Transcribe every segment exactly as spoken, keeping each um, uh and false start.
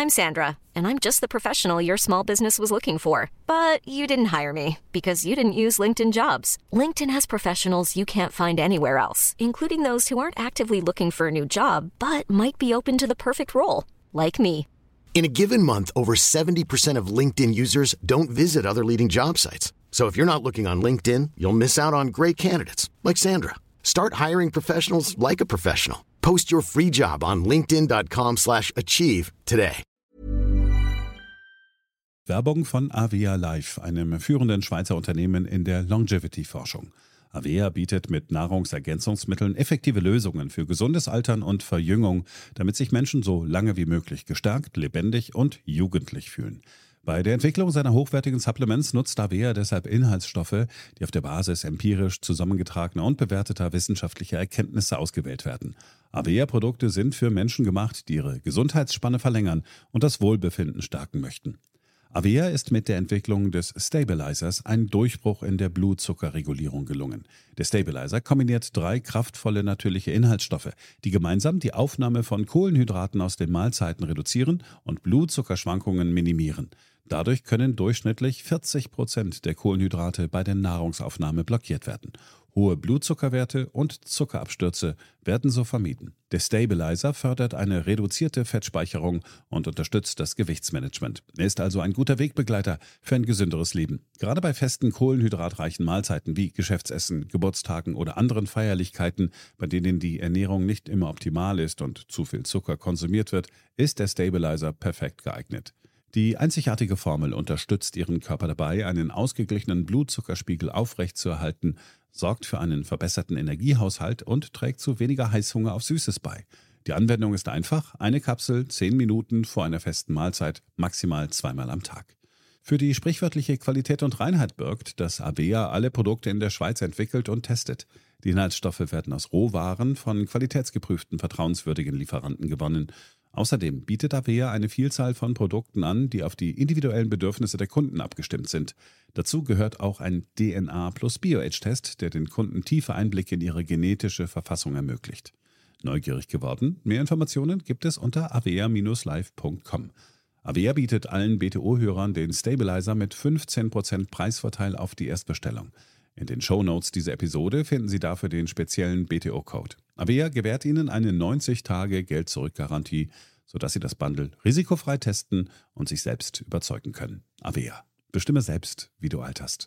I'm Sandra, and I'm just the professional your small business was looking for. But you didn't hire me because you didn't use LinkedIn Jobs. LinkedIn has professionals you can't find anywhere else, including those who aren't actively looking for a new job, but might be open to the perfect role, like me. In a given month, over seventy percent of LinkedIn users don't visit other leading job sites. So if you're not looking on LinkedIn, you'll miss out on great candidates like Sandra. Start hiring professionals like a professional. Post your free job on linkedin dot com slash achieve today. Werbung von Avea Life, einem führenden Schweizer Unternehmen in der Longevity-Forschung. Avea bietet mit Nahrungsergänzungsmitteln effektive Lösungen für gesundes Altern und Verjüngung, damit sich Menschen so lange wie möglich gestärkt, lebendig und jugendlich fühlen. Bei der Entwicklung seiner hochwertigen Supplements nutzt Avea deshalb Inhaltsstoffe, die auf der Basis empirisch zusammengetragener und bewerteter wissenschaftlicher Erkenntnisse ausgewählt werden. Avea-Produkte sind für Menschen gemacht, die ihre Gesundheitsspanne verlängern und das Wohlbefinden stärken möchten. Avea ist mit der Entwicklung des Stabilizers ein Durchbruch in der Blutzuckerregulierung gelungen. Der Stabilizer kombiniert drei kraftvolle natürliche Inhaltsstoffe, die gemeinsam die Aufnahme von Kohlenhydraten aus den Mahlzeiten reduzieren und Blutzuckerschwankungen minimieren. Dadurch können durchschnittlich vierzig Prozent der Kohlenhydrate bei der Nahrungsaufnahme blockiert werden. Hohe Blutzuckerwerte und Zuckerabstürze werden so vermieden. Der Stabilizer fördert eine reduzierte Fettspeicherung und unterstützt das Gewichtsmanagement. Er ist also ein guter Wegbegleiter für ein gesünderes Leben. Gerade bei festen kohlenhydratreichen Mahlzeiten wie Geschäftsessen, Geburtstagen oder anderen Feierlichkeiten, bei denen die Ernährung nicht immer optimal ist und zu viel Zucker konsumiert wird, ist der Stabilizer perfekt geeignet. Die einzigartige Formel unterstützt Ihren Körper dabei, einen ausgeglichenen Blutzuckerspiegel aufrechtzuerhalten, sorgt für einen verbesserten Energiehaushalt und trägt zu weniger Heißhunger auf Süßes bei. Die Anwendung ist einfach: eine Kapsel, zehn Minuten vor einer festen Mahlzeit, maximal zweimal am Tag. Für die sprichwörtliche Qualität und Reinheit birgt, dass Avea alle Produkte in der Schweiz entwickelt und testet. Die Inhaltsstoffe werden aus Rohwaren von qualitätsgeprüften, vertrauenswürdigen Lieferanten gewonnen. Außerdem bietet Avea eine Vielzahl von Produkten an, die auf die individuellen Bedürfnisse der Kunden abgestimmt sind. Dazu gehört auch ein D N A plus Bio-Age-Test, der den Kunden tiefe Einblicke in ihre genetische Verfassung ermöglicht. Neugierig geworden? Mehr Informationen gibt es unter avea Bindestrich live Punkt com. Avea bietet allen B T O-Hörern den Stabilizer mit fünfzehn Prozent Preisvorteil auf die Erstbestellung. In den Shownotes dieser Episode finden Sie dafür den speziellen B T O-Code. Avea gewährt Ihnen eine neunzig Tage Geld-Zurück-Garantie, sodass Sie das Bundle risikofrei testen und sich selbst überzeugen können. Avea. Bestimme selbst, wie du alterst.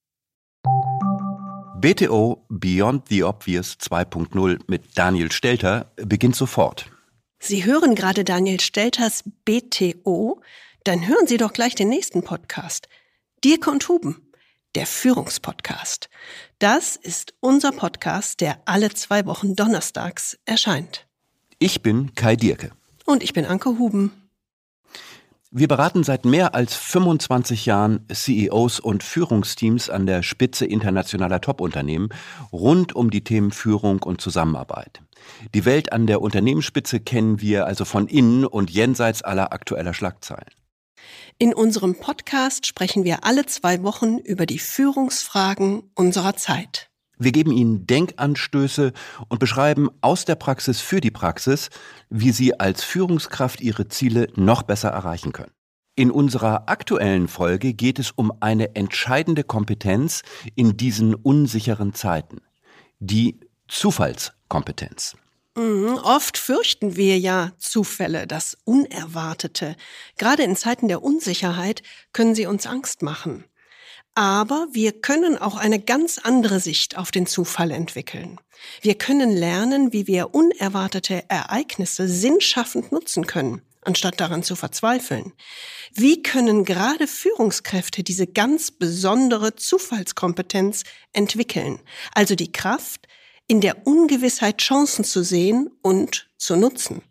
B T O Beyond the Obvious zwei Punkt null mit Daniel Stelter beginnt sofort. Sie hören gerade Daniel Stelters B T O? Dann hören Sie doch gleich den nächsten Podcast. Dirk und Huben, der Führungspodcast. Das ist unser Podcast, der alle zwei Wochen donnerstags erscheint. Ich bin Kai Dierke. Und ich bin Anke Huben. Wir beraten seit mehr als fünfundzwanzig Jahren C E Os und Führungsteams an der Spitze internationaler Top-Unternehmen rund um die Themen Führung und Zusammenarbeit. Die Welt an der Unternehmensspitze kennen wir also von innen und jenseits aller aktueller Schlagzeilen. In unserem Podcast sprechen wir alle zwei Wochen über die Führungsfragen unserer Zeit. Wir geben Ihnen Denkanstöße und beschreiben aus der Praxis für die Praxis, wie Sie als Führungskraft Ihre Ziele noch besser erreichen können. In unserer aktuellen Folge geht es um eine entscheidende Kompetenz in diesen unsicheren Zeiten: die Zufallskompetenz. Mhm, oft fürchten wir ja Zufälle, das Unerwartete. Gerade in Zeiten der Unsicherheit können sie uns Angst machen. Aber wir können auch eine ganz andere Sicht auf den Zufall entwickeln. Wir können lernen, wie wir unerwartete Ereignisse sinnschaffend nutzen können, anstatt daran zu verzweifeln. Wie können gerade Führungskräfte diese ganz besondere Zufallskompetenz entwickeln? Also die Kraft, in der Ungewissheit Chancen zu sehen und zu nutzen.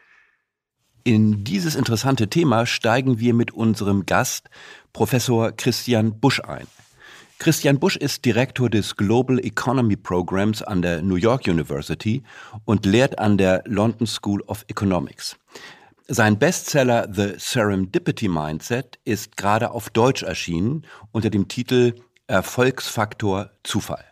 In dieses interessante Thema steigen wir mit unserem Gast, Professor Christian Busch, ein. Christian Busch ist Direktor des Global Economy Programs an der New York University und lehrt an der London School of Economics. Sein Bestseller The Serendipity Mindset ist gerade auf Deutsch erschienen unter dem Titel Erfolgsfaktor Zufall.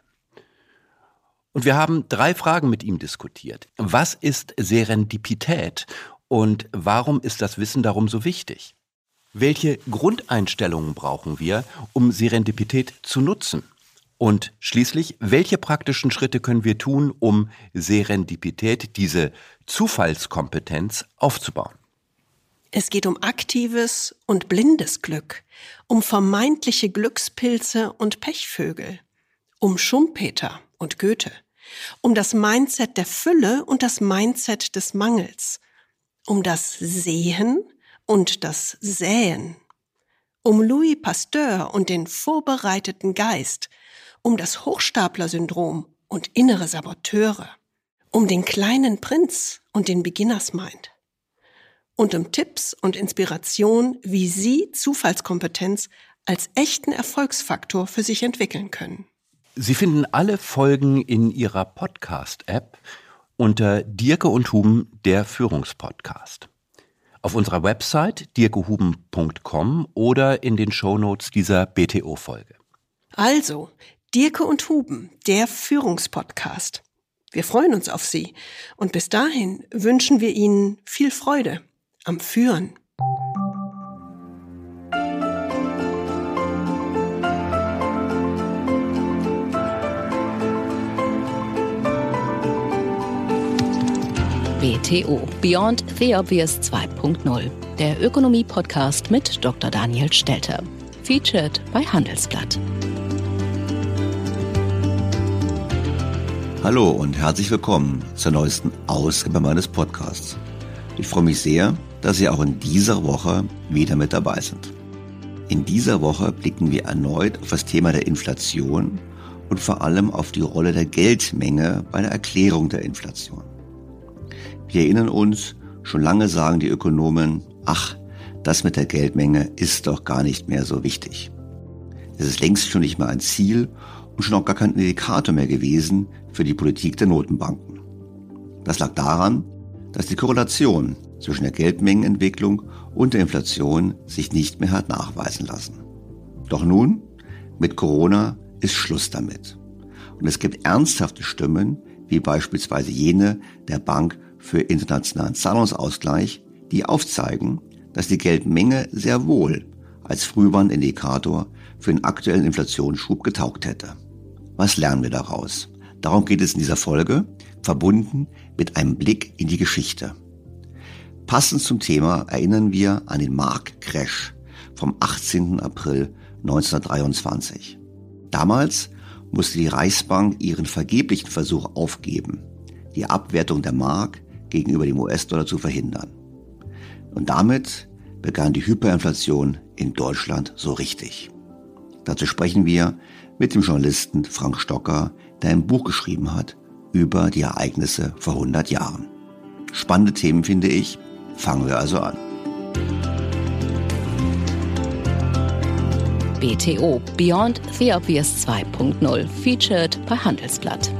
Und wir haben drei Fragen mit ihm diskutiert. Was ist Serendipität Und warum ist das Wissen darum so wichtig? Welche Grundeinstellungen brauchen wir, um Serendipität zu nutzen? Und schließlich, welche praktischen Schritte können wir tun, um Serendipität, diese Zufallskompetenz, aufzubauen? Es geht um aktives und blindes Glück, um vermeintliche Glückspilze und Pechvögel, um Schumpeter und Goethe, um das Mindset der Fülle und das Mindset des Mangels, um das Sehen und das Säen, um Louis Pasteur und den vorbereiteten Geist, um das Hochstapler-Syndrom und innere Saboteure, um den kleinen Prinz und den Beginners Mind und um Tipps und Inspiration, wie Sie Zufallskompetenz als echten Erfolgsfaktor für sich entwickeln können. Sie finden alle Folgen in Ihrer Podcast-App unter Dierke und Huben, der Führungspodcast. Auf unserer Website dierke huben punkt com oder in den Shownotes dieser B T O-Folge. Also, Dierke und Huben, der Führungspodcast. Wir freuen uns auf Sie und bis dahin wünschen wir Ihnen viel Freude am Führen. B T O Beyond the Obvious zwei Punkt null, der Ökonomie-Podcast mit Doktor Daniel Stelter. Featured bei Handelsblatt. Hallo und herzlich willkommen zur neuesten Ausgabe meines Podcasts. Ich freue mich sehr, dass Sie auch in dieser Woche wieder mit dabei sind. In dieser Woche blicken wir erneut auf das Thema der Inflation und vor allem auf die Rolle der Geldmenge bei der Erklärung der Inflation. Wir erinnern uns, schon lange sagen die Ökonomen, ach, das mit der Geldmenge ist doch gar nicht mehr so wichtig. Es ist längst schon nicht mehr ein Ziel und schon auch gar kein Indikator mehr gewesen für die Politik der Notenbanken. Das lag daran, dass die Korrelation zwischen der Geldmengenentwicklung und der Inflation sich nicht mehr hat nachweisen lassen. Doch nun, mit Corona, ist Schluss damit. Und es gibt ernsthafte Stimmen, wie beispielsweise jene der Bank für internationalen Zahlungsausgleich, die aufzeigen, dass die Geldmenge sehr wohl als Frühwarnindikator für den aktuellen Inflationsschub getaugt hätte. Was lernen wir daraus? Darum geht es in dieser Folge, verbunden mit einem Blick in die Geschichte. Passend zum Thema erinnern wir an den Mark-Crash vom achtzehnten April neunzehnhundertdreiundzwanzig. Damals musste die Reichsbank ihren vergeblichen Versuch aufgeben, die Abwertung der Mark gegenüber dem U S-Dollar zu verhindern. Und damit begann die Hyperinflation in Deutschland so richtig. Dazu sprechen wir mit dem Journalisten Frank Stocker, der ein Buch geschrieben hat über die Ereignisse vor hundert Jahren. Spannende Themen, finde ich. Fangen wir also an. B T O Beyond the Obvious zwei Punkt null, featured bei Handelsblatt.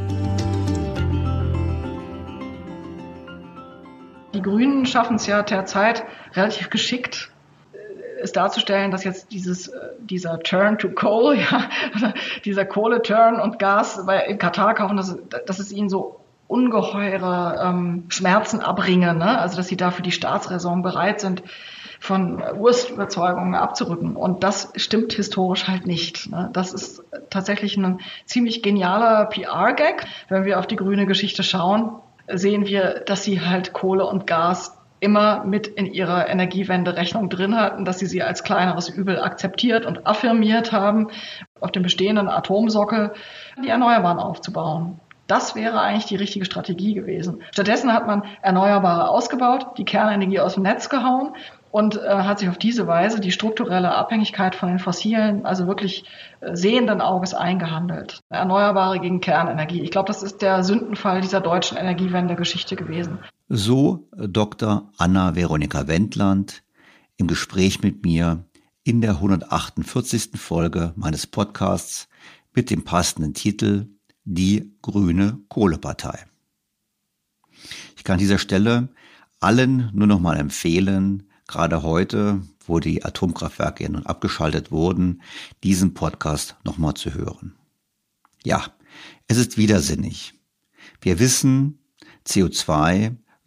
Die Grünen schaffen es ja derzeit relativ geschickt, es darzustellen, dass jetzt dieses, dieser Turn to Coal, ja, dieser Kohle-Turn und Gas bei, in Katar kaufen, dass, dass es ihnen so ungeheure ähm, Schmerzen abringe, ne? Also dass sie da für die Staatsräson bereit sind, von Urstüberzeugungen abzurücken. Und das stimmt historisch halt nicht. Ne? Das ist tatsächlich ein ziemlich genialer P R-Gag. Wenn wir auf die grüne Geschichte schauen, sehen wir, dass sie halt Kohle und Gas immer mit in ihrer Energiewende-Rechnung drin hatten, dass sie sie als kleineres Übel akzeptiert und affirmiert haben, auf dem bestehenden Atomsockel die Erneuerbaren aufzubauen. Das wäre eigentlich die richtige Strategie gewesen. Stattdessen hat man Erneuerbare ausgebaut, die Kernenergie aus dem Netz gehauen und äh, hat sich auf diese Weise die strukturelle Abhängigkeit von den fossilen, also wirklich äh, sehenden Auges eingehandelt. Erneuerbare gegen Kernenergie. Ich glaube, das ist der Sündenfall dieser deutschen Energiewende-Geschichte gewesen. So Doktor Anna Veronika Wendland im Gespräch mit mir in der hundertachtundvierzigsten Folge meines Podcasts mit dem passenden Titel Die Grüne Kohlepartei. Ich kann an dieser Stelle allen nur noch mal empfehlen, gerade heute, wo die Atomkraftwerke nun abgeschaltet wurden, diesen Podcast nochmal zu hören. Ja, es ist widersinnig. Wir wissen, C O zwei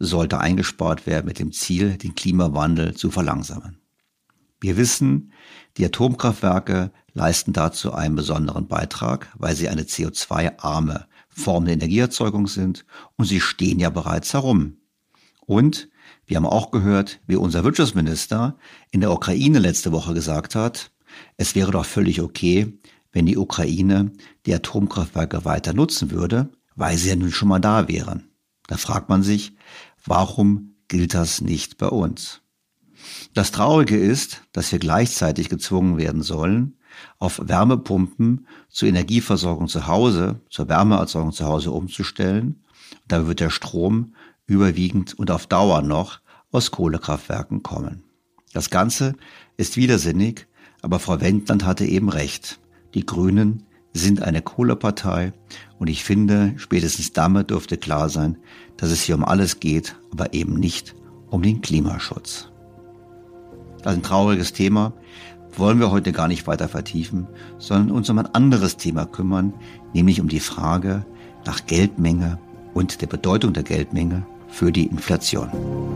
sollte eingespart werden mit dem Ziel, den Klimawandel zu verlangsamen. Wir wissen, die Atomkraftwerke leisten dazu einen besonderen Beitrag, weil sie eine C O zwei arme Form der Energieerzeugung sind und sie stehen ja bereits herum. Und wir haben auch gehört, wie unser Wirtschaftsminister in der Ukraine letzte Woche gesagt hat, es wäre doch völlig okay, wenn die Ukraine die Atomkraftwerke weiter nutzen würde, weil sie ja nun schon mal da wären. Da fragt man sich, warum gilt das nicht bei uns? Das Traurige ist, dass wir gleichzeitig gezwungen werden sollen, auf Wärmepumpen zur Energieversorgung zu Hause, zur Wärmeerzeugung zu Hause umzustellen. Da wird der Strom überwiegend und auf Dauer noch aus Kohlekraftwerken kommen. Das Ganze ist widersinnig, aber Frau Wendland hatte eben recht. Die Grünen sind eine Kohlepartei und ich finde, spätestens damit dürfte klar sein, dass es hier um alles geht, aber eben nicht um den Klimaschutz. Das ist ein trauriges Thema, wollen wir heute gar nicht weiter vertiefen, sondern uns um ein anderes Thema kümmern, nämlich um die Frage nach Geldmenge und der Bedeutung der Geldmenge für die Inflation.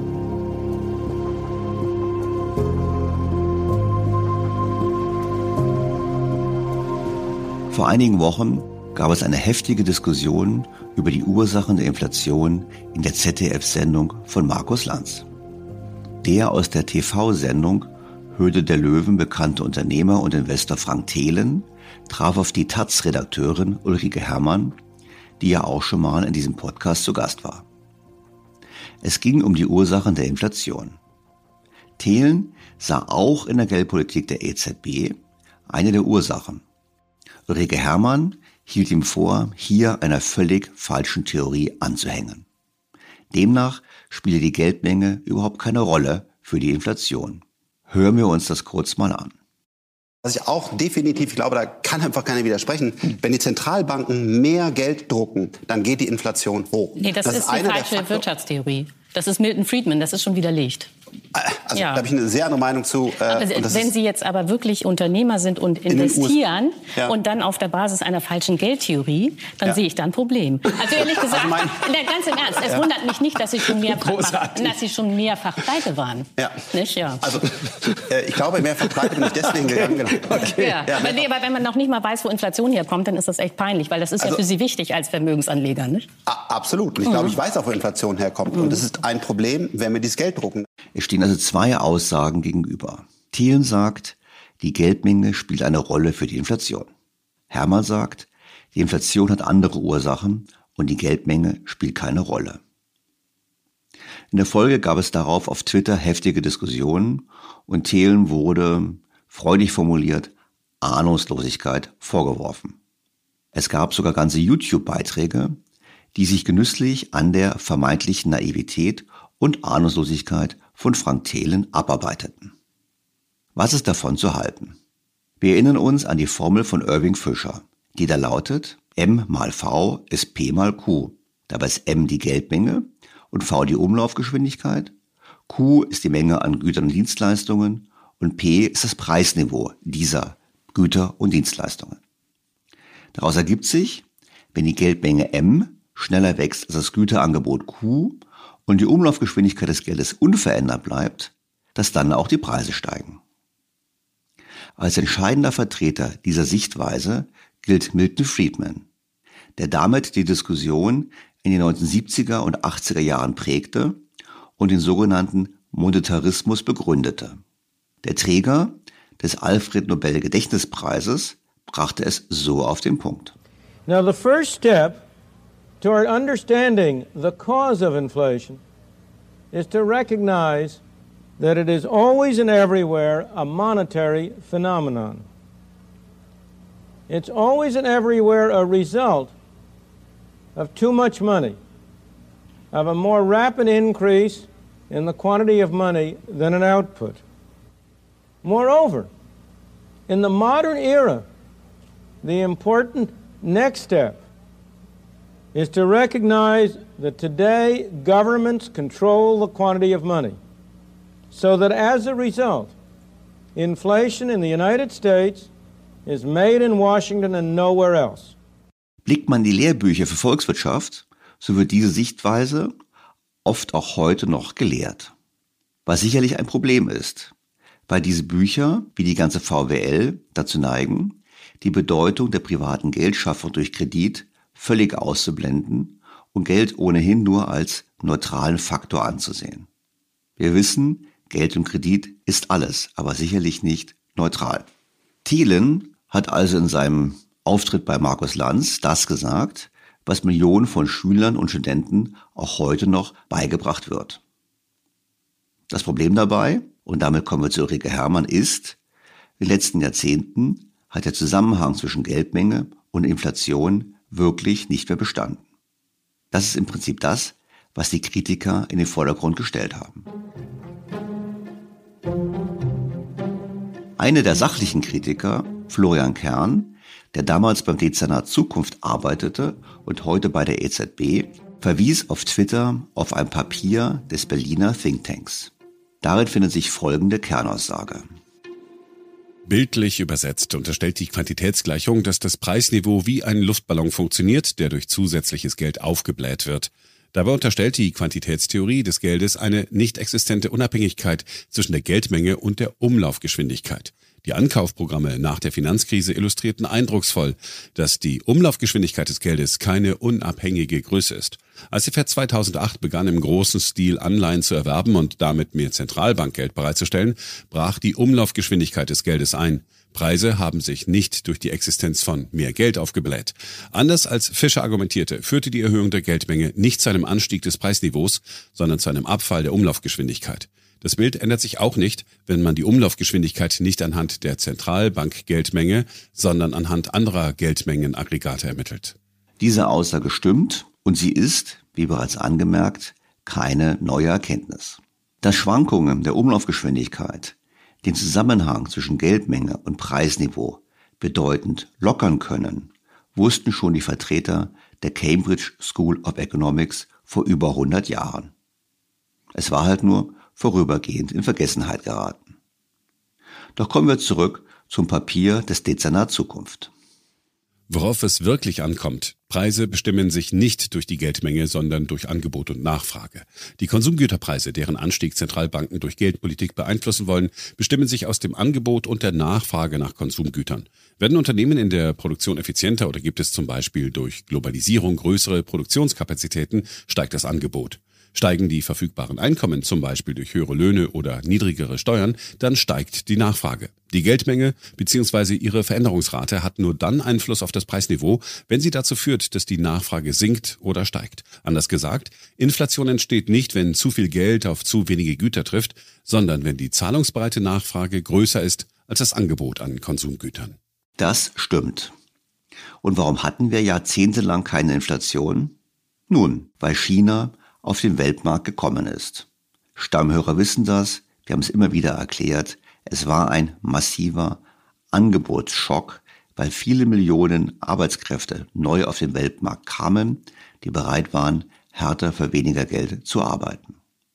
Vor einigen Wochen gab es eine heftige Diskussion über die Ursachen der Inflation in der Z D F-Sendung von Markus Lanz. Der aus der T V-Sendung Höhle der Löwen bekannte Unternehmer und Investor Frank Thelen traf auf die Taz-Redakteurin Ulrike Herrmann, die ja auch schon mal in diesem Podcast zu Gast war. Es ging um die Ursachen der Inflation. Thelen sah auch in der Geldpolitik der E Z B eine der Ursachen. Ulrike Herrmann hielt ihm vor, hier einer völlig falschen Theorie anzuhängen. Demnach spiele die Geldmenge überhaupt keine Rolle für die Inflation. Hören wir uns das kurz mal an. Was ich auch definitiv, ich glaube, da kann einfach keiner widersprechen, wenn die Zentralbanken mehr Geld drucken, dann geht die Inflation hoch. Nee, das, das ist, ist die falsche Wirtschaftstheorie. Das ist Milton Friedman, das ist schon widerlegt. Also ja. Da habe ich eine sehr andere Meinung zu. Äh, aber und das wenn ist Sie jetzt aber wirklich Unternehmer sind und investieren ja. und dann auf der Basis einer falschen Geldtheorie, dann ja. sehe ich da ein Problem. Also ehrlich gesagt, also mein, na, ganz im Ernst, es ja. wundert mich nicht, dass Sie schon mehrfach, dass Sie schon mehrfach pleite waren. Ja. Nicht? Ja. Also äh, ich glaube, mehrfach pleite bin ich deswegen gegangen. Genau. Okay. Ja. Ja, aber, nee, aber wenn man noch nicht mal weiß, wo Inflation herkommt, dann ist das echt peinlich, weil das ist also, ja für Sie wichtig als Vermögensanleger. Nicht? Absolut. Und ich mhm. glaube, ich weiß auch, wo Inflation herkommt. Mhm. Und das ist ein Problem, wenn wir dieses Geld drucken. Es stehen also zwei Aussagen gegenüber. Thelen sagt, die Geldmenge spielt eine Rolle für die Inflation. Herrmann sagt, die Inflation hat andere Ursachen und die Geldmenge spielt keine Rolle. In der Folge gab es darauf auf Twitter heftige Diskussionen und Thelen wurde, freudig formuliert, Ahnungslosigkeit vorgeworfen. Es gab sogar ganze YouTube-Beiträge, die sich genüsslich an der vermeintlichen Naivität und Ahnungslosigkeit von Frank Thelen abarbeiteten. Was ist davon zu halten? Wir erinnern uns an die Formel von Irving Fisher, die da lautet, M mal V ist P mal Q. Dabei ist M die Geldmenge und V die Umlaufgeschwindigkeit, Q ist die Menge an Gütern und Dienstleistungen und P ist das Preisniveau dieser Güter und Dienstleistungen. Daraus ergibt sich, wenn die Geldmenge M schneller wächst als das Güterangebot Q und die Umlaufgeschwindigkeit des Geldes unverändert bleibt, dass dann auch die Preise steigen. Als entscheidender Vertreter dieser Sichtweise gilt Milton Friedman, der damit die Diskussion in den neunzehnhundertsiebziger und achtziger Jahren prägte und den sogenannten Monetarismus begründete. Der Träger des Alfred-Nobel-Gedächtnispreises brachte es so auf den Punkt. Now the first step toward understanding the cause of inflation is to recognize that it is always and everywhere a monetary phenomenon. It's always and everywhere a result of too much money, of a more rapid increase in the quantity of money than an output. Moreover, in the modern era, the important next step is to recognize that today governments control the quantity of money, so that as a result, inflation in the United States is made in Washington and nowhere else. Blickt man in die Lehrbücher für Volkswirtschaft, so wird diese Sichtweise oft auch heute noch gelehrt. Was sicherlich ein Problem ist, weil diese Bücher, wie die ganze V W L, dazu neigen, die Bedeutung der privaten Geldschaffung durch Kredit völlig auszublenden und Geld ohnehin nur als neutralen Faktor anzusehen. Wir wissen, Geld und Kredit ist alles, aber sicherlich nicht neutral. Thielen hat also in seinem Auftritt bei Markus Lanz das gesagt, was Millionen von Schülern und Studenten auch heute noch beigebracht wird. Das Problem dabei, und damit kommen wir zu Ulrike Herrmann, ist, in den letzten Jahrzehnten hat der Zusammenhang zwischen Geldmenge und Inflation wirklich nicht mehr bestanden. Das ist im Prinzip das, was die Kritiker in den Vordergrund gestellt haben. Einer der sachlichen Kritiker, Florian Kern, der damals beim Dezernat Zukunft arbeitete und heute bei der E Z B, verwies auf Twitter auf ein Papier des Berliner Thinktanks. Darin findet sich folgende Kernaussage. Bildlich übersetzt unterstellt die Quantitätsgleichung, dass das Preisniveau wie ein Luftballon funktioniert, der durch zusätzliches Geld aufgebläht wird. Dabei unterstellt die Quantitätstheorie des Geldes eine nicht existente Unabhängigkeit zwischen der Geldmenge und der Umlaufgeschwindigkeit. Die Ankaufprogramme nach der Finanzkrise illustrierten eindrucksvoll, dass die Umlaufgeschwindigkeit des Geldes keine unabhängige Größe ist. Als die Fed zweitausendacht begann, im großen Stil Anleihen zu erwerben und damit mehr Zentralbankgeld bereitzustellen, brach die Umlaufgeschwindigkeit des Geldes ein. Preise haben sich nicht durch die Existenz von mehr Geld aufgebläht. Anders als Fischer argumentierte, führte die Erhöhung der Geldmenge nicht zu einem Anstieg des Preisniveaus, sondern zu einem Abfall der Umlaufgeschwindigkeit. Das Bild ändert sich auch nicht, wenn man die Umlaufgeschwindigkeit nicht anhand der Zentralbankgeldmenge, sondern anhand anderer Geldmengenaggregate ermittelt. Diese Aussage stimmt und sie ist, wie bereits angemerkt, keine neue Erkenntnis. Dass Schwankungen der Umlaufgeschwindigkeit den Zusammenhang zwischen Geldmenge und Preisniveau bedeutend lockern können, wussten schon die Vertreter der Cambridge School of Economics vor über hundert Jahren. Es war halt nur vorübergehend in Vergessenheit geraten. Doch kommen wir zurück zum Papier des Dezernat Zukunft. Worauf es wirklich ankommt: Preise bestimmen sich nicht durch die Geldmenge, sondern durch Angebot und Nachfrage. Die Konsumgüterpreise, deren Anstieg Zentralbanken durch Geldpolitik beeinflussen wollen, bestimmen sich aus dem Angebot und der Nachfrage nach Konsumgütern. Werden Unternehmen in der Produktion effizienter oder gibt es zum Beispiel durch Globalisierung größere Produktionskapazitäten, steigt das Angebot. Steigen die verfügbaren Einkommen, zum Beispiel durch höhere Löhne oder niedrigere Steuern, dann steigt die Nachfrage. Die Geldmenge bzw. ihre Veränderungsrate hat nur dann Einfluss auf das Preisniveau, wenn sie dazu führt, dass die Nachfrage sinkt oder steigt. Anders gesagt, Inflation entsteht nicht, wenn zu viel Geld auf zu wenige Güter trifft, sondern wenn die zahlungsbereite Nachfrage größer ist als das Angebot an Konsumgütern. Das stimmt. Und warum hatten wir jahrzehntelang keine Inflation? Nun, weil China auf den Weltmarkt gekommen ist. Stammhörer wissen das, wir haben es immer wieder erklärt, es war ein massiver Angebotsschock, weil viele Millionen Arbeitskräfte neu auf den Weltmarkt kamen, die bereit waren, härter für weniger Geld zu arbeiten.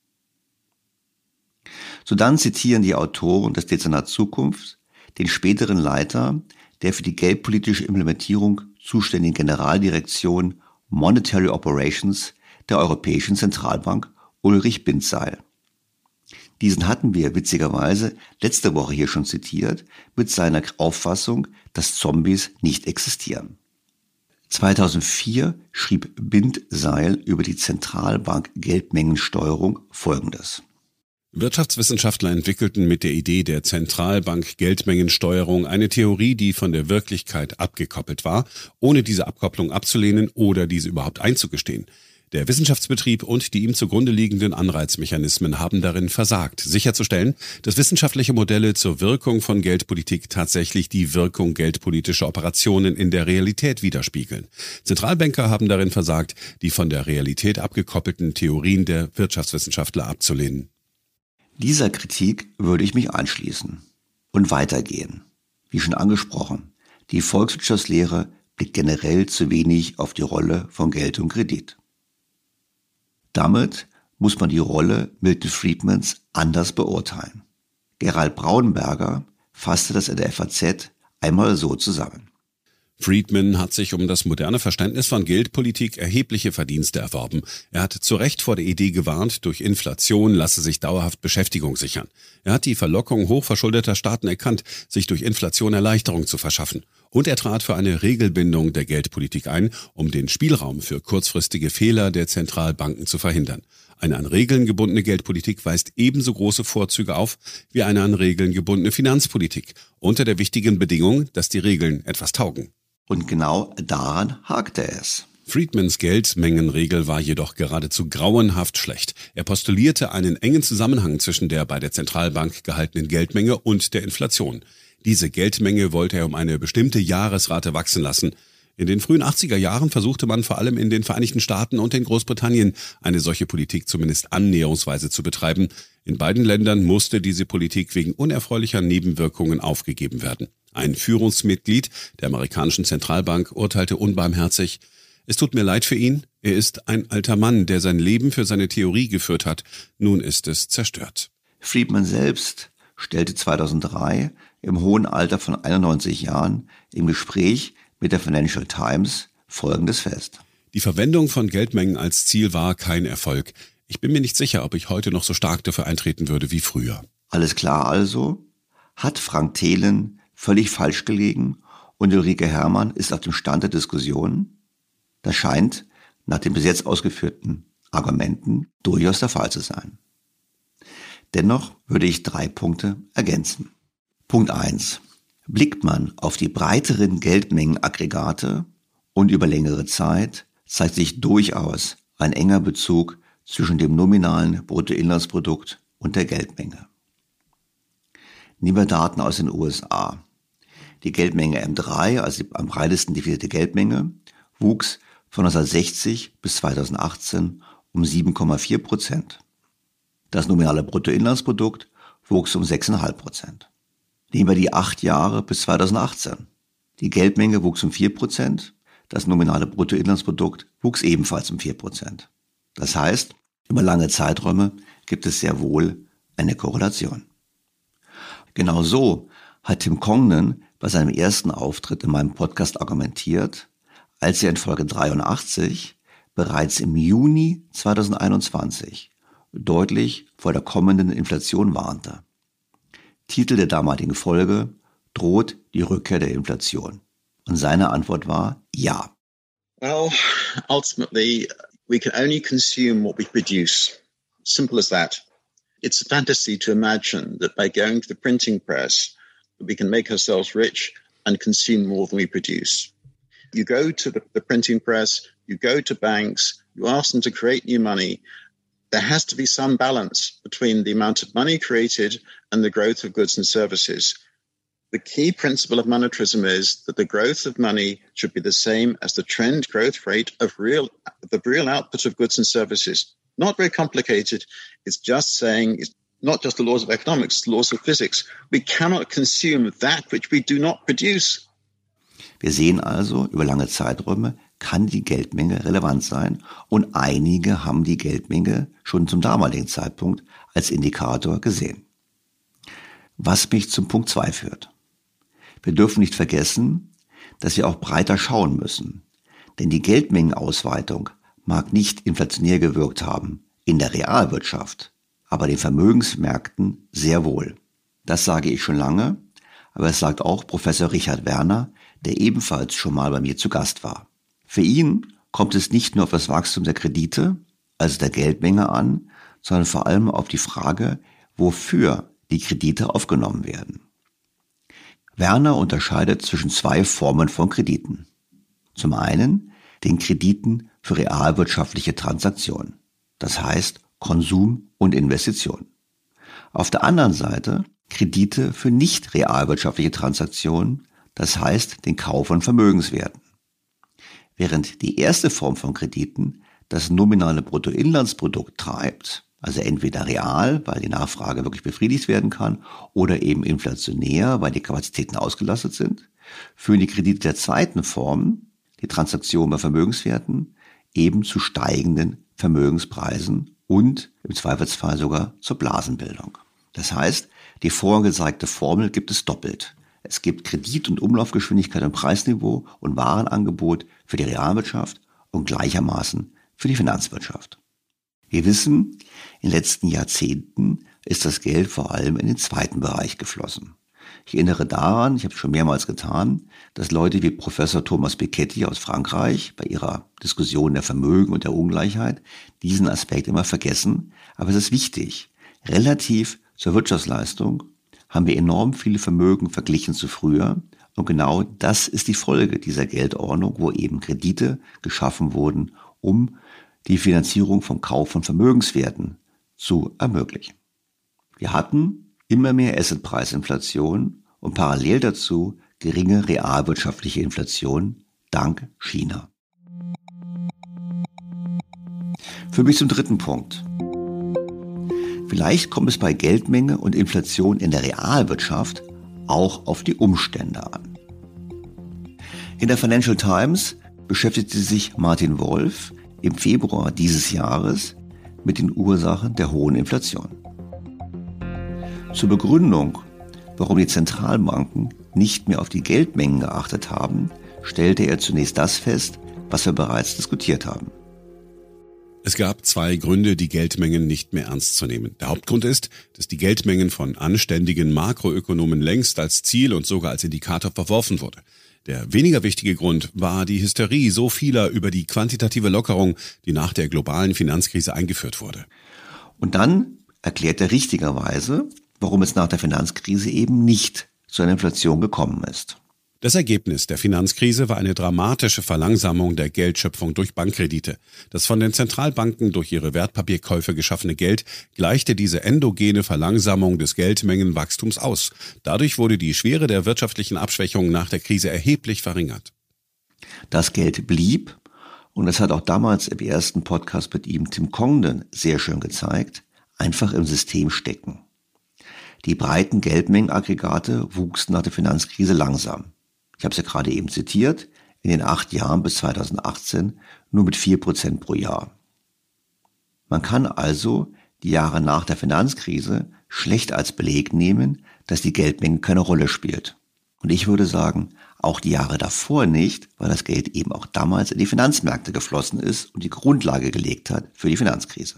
So dann zitieren die Autoren des Dezernats Zukunft den späteren Leiter der für die geldpolitische Implementierung zuständigen Generaldirektion Monetary Operations der Europäischen Zentralbank, Ulrich Bindseil. Diesen hatten wir witzigerweise letzte Woche hier schon zitiert mit seiner Auffassung, dass Zombies nicht existieren. zweitausendvier schrieb Bindseil über die Zentralbank-Geldmengensteuerung Folgendes. Wirtschaftswissenschaftler entwickelten mit der Idee der Zentralbank-Geldmengensteuerung eine Theorie, die von der Wirklichkeit abgekoppelt war, ohne diese Abkopplung abzulehnen oder diese überhaupt einzugestehen. Der Wissenschaftsbetrieb und die ihm zugrunde liegenden Anreizmechanismen haben darin versagt, sicherzustellen, dass wissenschaftliche Modelle zur Wirkung von Geldpolitik tatsächlich die Wirkung geldpolitischer Operationen in der Realität widerspiegeln. Zentralbanker haben darin versagt, die von der Realität abgekoppelten Theorien der Wirtschaftswissenschaftler abzulehnen. Dieser Kritik würde ich mich anschließen und weitergehen. Wie schon angesprochen, die Volkswirtschaftslehre blickt generell zu wenig auf die Rolle von Geld und Kredit. Damit muss man die Rolle Milton Friedmans anders beurteilen. Gerald Braunberger fasste das in der F A Z einmal so zusammen. Friedman hat sich um das moderne Verständnis von Geldpolitik erhebliche Verdienste erworben. Er hat zu Recht vor der Idee gewarnt, durch Inflation lasse sich dauerhaft Beschäftigung sichern. Er hat die Verlockung hochverschuldeter Staaten erkannt, sich durch Inflation Erleichterung zu verschaffen. Und er trat für eine Regelbindung der Geldpolitik ein, um den Spielraum für kurzfristige Fehler der Zentralbanken zu verhindern. Eine an Regeln gebundene Geldpolitik weist ebenso große Vorzüge auf wie eine an Regeln gebundene Finanzpolitik, unter der wichtigen Bedingung, dass die Regeln etwas taugen. Und genau daran hakte es. Friedmans Geldmengenregel war jedoch geradezu grauenhaft schlecht. Er postulierte einen engen Zusammenhang zwischen der bei der Zentralbank gehaltenen Geldmenge und der Inflation. Diese Geldmenge wollte er um eine bestimmte Jahresrate wachsen lassen. In den frühen achtziger Jahren versuchte man vor allem in den Vereinigten Staaten und in Großbritannien eine solche Politik zumindest annäherungsweise zu betreiben. In beiden Ländern musste diese Politik wegen unerfreulicher Nebenwirkungen aufgegeben werden. Ein Führungsmitglied der amerikanischen Zentralbank urteilte unbarmherzig: Es tut mir leid für ihn, er ist ein alter Mann, der sein Leben für seine Theorie geführt hat. Nun ist es zerstört. Friedman selbst stellte zweitausenddrei im hohen Alter von einundneunzig Jahren im Gespräch mit der Financial Times Folgendes fest. Die Verwendung von Geldmengen als Ziel war kein Erfolg. Ich bin mir nicht sicher, ob ich heute noch so stark dafür eintreten würde wie früher. Alles klar also? Hat Frank Thelen völlig falsch gelegen und Ulrike Herrmann ist auf dem Stand der Diskussion? Das scheint nach den bis jetzt ausgeführten Argumenten durchaus der Fall zu sein. Dennoch würde ich drei Punkte ergänzen. Punkt eins. Blickt man auf die breiteren Geldmengenaggregate und über längere Zeit, zeigt sich durchaus ein enger Bezug zwischen dem nominalen Bruttoinlandsprodukt und der Geldmenge. Nehmen wir Daten aus den U S A. Die Geldmenge M drei, also die am breitesten definierte Geldmenge, wuchs von neunzehnhundertsechzig bis zweitausendachtzehn um sieben Komma vier Prozent. Das nominale Bruttoinlandsprodukt wuchs um sechs Komma fünf Prozent. Nehmen wir die acht Jahre bis zweitausendachtzehn. Die Geldmenge wuchs um vier Prozent, das nominale Bruttoinlandsprodukt wuchs ebenfalls um vier Prozent. Das heißt, über lange Zeiträume gibt es sehr wohl eine Korrelation. Genau so hat Tim Congdon bei seinem ersten Auftritt in meinem Podcast argumentiert, als er in Folge dreiundachtzig bereits im Juni zweitausendeinundzwanzig deutlich vor der kommenden Inflation warnte. Titel der damaligen Folge: Droht die Rückkehr der Inflation? Und seine Antwort war ja. Well, ultimately, we can only consume what we produce. Simple as that. It's a fantasy to imagine that by going to the printing press, we can make ourselves rich and consume more than we produce. You go to the, the printing press, you go to banks, you ask them to create new money. There has to be some balance between the amount of money created and the growth of goods and services. The key principle of monetarism is that the growth of money should be the same as the trend growth rate of real, the real output of goods and services. Not very complicated. It's just saying, it's not just the laws of economics, the laws of physics. We cannot consume that which we do not produce. Wir sehen also, über lange Zeiträume kann die Geldmenge relevant sein und einige haben die Geldmenge schon zum damaligen Zeitpunkt als Indikator gesehen. Was mich zum Punkt zwei führt. Wir dürfen nicht vergessen, dass wir auch breiter schauen müssen, denn die Geldmengenausweitung mag nicht inflationär gewirkt haben in der Realwirtschaft, aber den Vermögensmärkten sehr wohl. Das sage ich schon lange, aber es sagt auch Professor Richard Werner, der ebenfalls schon mal bei mir zu Gast war. Für ihn kommt es nicht nur auf das Wachstum der Kredite, also der Geldmenge an, sondern vor allem auf die Frage, wofür die Kredite aufgenommen werden. Werner unterscheidet zwischen zwei Formen von Krediten. Zum einen den Krediten für realwirtschaftliche Transaktionen, das heißt Konsum und Investition. Auf der anderen Seite Kredite für nicht realwirtschaftliche Transaktionen, das heißt den Kauf von Vermögenswerten. Während die erste Form von Krediten das nominale Bruttoinlandsprodukt treibt, also entweder real, weil die Nachfrage wirklich befriedigt werden kann, oder eben inflationär, weil die Kapazitäten ausgelastet sind, führen die Kredite der zweiten Form, die Transaktion bei Vermögenswerten, eben zu steigenden Vermögenspreisen und im Zweifelsfall sogar zur Blasenbildung. Das heißt, die vorgezeigte Formel gibt es doppelt. Es gibt Kredit- und Umlaufgeschwindigkeit und Preisniveau und Warenangebot für die Realwirtschaft und gleichermaßen für die Finanzwirtschaft. Wir wissen, in den letzten Jahrzehnten ist das Geld vor allem in den zweiten Bereich geflossen. Ich erinnere daran, ich habe es schon mehrmals getan, dass Leute wie Professor Thomas Piketty aus Frankreich bei ihrer Diskussion der Vermögen und der Ungleichheit diesen Aspekt immer vergessen. Aber es ist wichtig. Relativ zur Wirtschaftsleistung haben wir enorm viele Vermögen verglichen zu früher. Und genau das ist die Folge dieser Geldordnung, wo eben Kredite geschaffen wurden, um die Finanzierung vom Kauf von Vermögenswerten zu ermöglichen. Wir hatten immer mehr Assetpreisinflation und parallel dazu geringe realwirtschaftliche Inflation dank China. Für mich zum dritten Punkt. Vielleicht kommt es bei Geldmenge und Inflation in der Realwirtschaft auch auf die Umstände an. In der Financial Times beschäftigte sich Martin Wolf im Februar dieses Jahres mit den Ursachen der hohen Inflation. Zur Begründung, warum die Zentralbanken nicht mehr auf die Geldmengen geachtet haben, stellte er zunächst das fest, was wir bereits diskutiert haben. Es gab zwei Gründe, die Geldmengen nicht mehr ernst zu nehmen. Der Hauptgrund ist, dass die Geldmengen von anständigen Makroökonomen längst als Ziel und sogar als Indikator verworfen wurde. Der weniger wichtige Grund war die Hysterie so vieler über die quantitative Lockerung, die nach der globalen Finanzkrise eingeführt wurde. Und dann erklärt er richtigerweise, warum es nach der Finanzkrise eben nicht zu einer Inflation gekommen ist. Das Ergebnis der Finanzkrise war eine dramatische Verlangsamung der Geldschöpfung durch Bankkredite. Das von den Zentralbanken durch ihre Wertpapierkäufe geschaffene Geld gleichte diese endogene Verlangsamung des Geldmengenwachstums aus. Dadurch wurde die Schwere der wirtschaftlichen Abschwächung nach der Krise erheblich verringert. Das Geld blieb, und das hat auch damals im ersten Podcast mit ihm Tim Congdon sehr schön gezeigt, einfach im System stecken. Die breiten Geldmengenaggregate wuchsen nach der Finanzkrise langsam. Ich habe es ja gerade eben zitiert, in den acht Jahren bis zweitausendachtzehn nur mit vier Prozent pro Jahr. Man kann also die Jahre nach der Finanzkrise schlecht als Beleg nehmen, dass die Geldmenge keine Rolle spielt. Und ich würde sagen, auch die Jahre davor nicht, weil das Geld eben auch damals in die Finanzmärkte geflossen ist und die Grundlage gelegt hat für die Finanzkrise.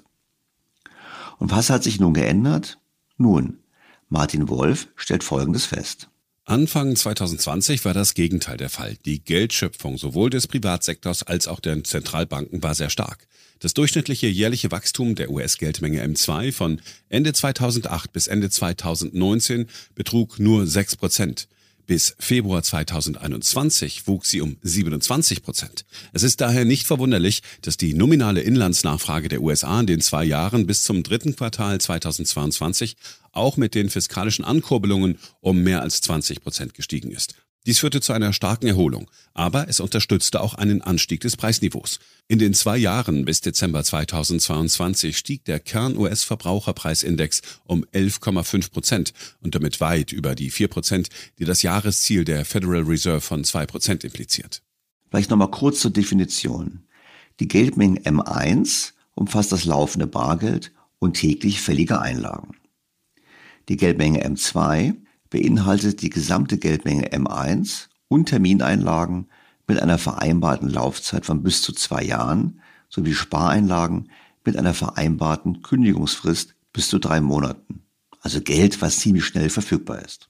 Und was hat sich nun geändert? Nun, Martin Wolf stellt Folgendes fest. Anfang zweitausendzwanzig war das Gegenteil der Fall. Die Geldschöpfung sowohl des Privatsektors als auch der Zentralbanken war sehr stark. Das durchschnittliche jährliche Wachstum der U S-Geldmenge M zwei von Ende zweitausendacht bis Ende zweitausendneunzehn betrug nur sechs Prozent. Bis Februar zweitausendeinundzwanzig wuchs sie um siebenundzwanzig Prozent. Es ist daher nicht verwunderlich, dass die nominale Inlandsnachfrage der U S A in den zwei Jahren bis zum dritten Quartal zweitausendzweiundzwanzig auch mit den fiskalischen Ankurbelungen um mehr als zwanzig Prozent gestiegen ist. Dies führte zu einer starken Erholung, aber es unterstützte auch einen Anstieg des Preisniveaus. In den zwei Jahren bis Dezember zweitausendzweiundzwanzig stieg der Kern-U S-Verbraucherpreisindex um elf Komma fünf Prozent und damit weit über die vier Prozent, die das Jahresziel der Federal Reserve von zwei Prozent impliziert. Vielleicht nochmal kurz zur Definition. Die Geldmenge M eins umfasst das laufende Bargeld und täglich fällige Einlagen. Die Geldmenge M zwei beinhaltet die gesamte Geldmenge M eins und Termineinlagen mit einer vereinbarten Laufzeit von bis zu zwei Jahren sowie Spareinlagen mit einer vereinbarten Kündigungsfrist bis zu drei Monaten. Also Geld, was ziemlich schnell verfügbar ist.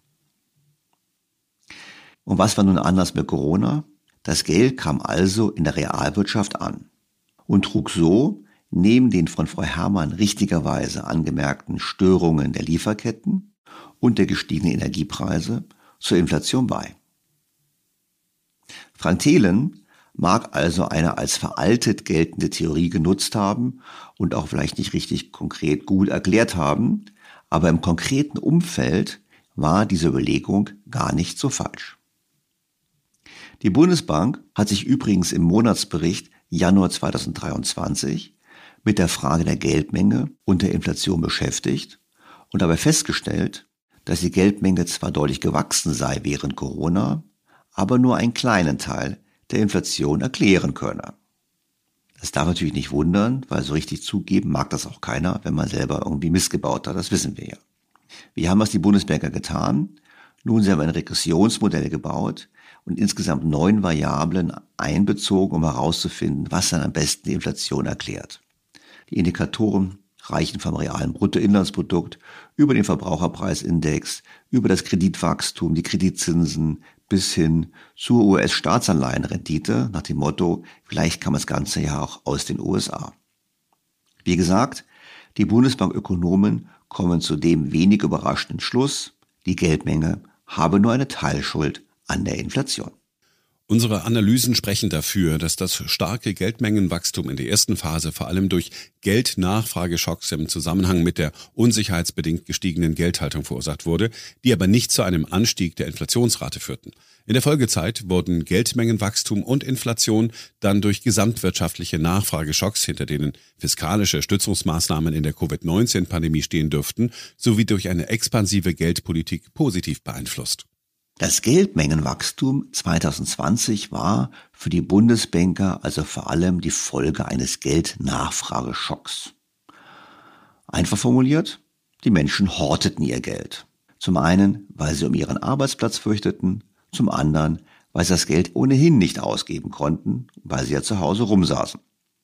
Und was war nun anders mit Corona? Das Geld kam also in der Realwirtschaft an und trug so neben den von Frau Herrmann richtigerweise angemerkten Störungen der Lieferketten und der gestiegenen Energiepreise zur Inflation bei. Frank Thelen mag also eine als veraltet geltende Theorie genutzt haben und auch vielleicht nicht richtig konkret gut erklärt haben, aber im konkreten Umfeld war diese Überlegung gar nicht so falsch. Die Bundesbank hat sich übrigens im Monatsbericht Januar zweitausenddreiundzwanzig mit der Frage der Geldmenge und der Inflation beschäftigt und dabei festgestellt, dass die Geldmenge zwar deutlich gewachsen sei während Corona, aber nur einen kleinen Teil der Inflation erklären könne. Das darf natürlich nicht wundern, weil so richtig zugeben mag das auch keiner, wenn man selber irgendwie Mist gebaut hat, das wissen wir ja. Wie haben es die Bundesbanker getan? Nun, sie haben ein Regressionsmodell gebaut und insgesamt neun Variablen einbezogen, um herauszufinden, was dann am besten die Inflation erklärt. Die Indikatoren reichen vom realen Bruttoinlandsprodukt über den Verbraucherpreisindex, über das Kreditwachstum, die Kreditzinsen bis hin zur U S-Staatsanleihenrendite nach dem Motto, vielleicht kam das Ganze ja auch aus den U S A. Wie gesagt, die Bundesbank-Ökonomen kommen zu dem wenig überraschenden Schluss, die Geldmenge habe nur eine Teilschuld an der Inflation. Unsere Analysen sprechen dafür, dass das starke Geldmengenwachstum in der ersten Phase vor allem durch Geldnachfrageschocks im Zusammenhang mit der unsicherheitsbedingt gestiegenen Geldhaltung verursacht wurde, die aber nicht zu einem Anstieg der Inflationsrate führten. In der Folgezeit wurden Geldmengenwachstum und Inflation dann durch gesamtwirtschaftliche Nachfrageschocks, hinter denen fiskalische Stützungsmaßnahmen in der Covid neunzehn Pandemie stehen dürften, sowie durch eine expansive Geldpolitik positiv beeinflusst. Das Geldmengenwachstum zwanzig zwanzig war für die Bundesbanker also vor allem die Folge eines Geldnachfrageschocks. Einfach formuliert, die Menschen horteten ihr Geld. Zum einen, weil sie um ihren Arbeitsplatz fürchteten, zum anderen, weil sie das Geld ohnehin nicht ausgeben konnten, weil sie ja zu Hause rumsaßen.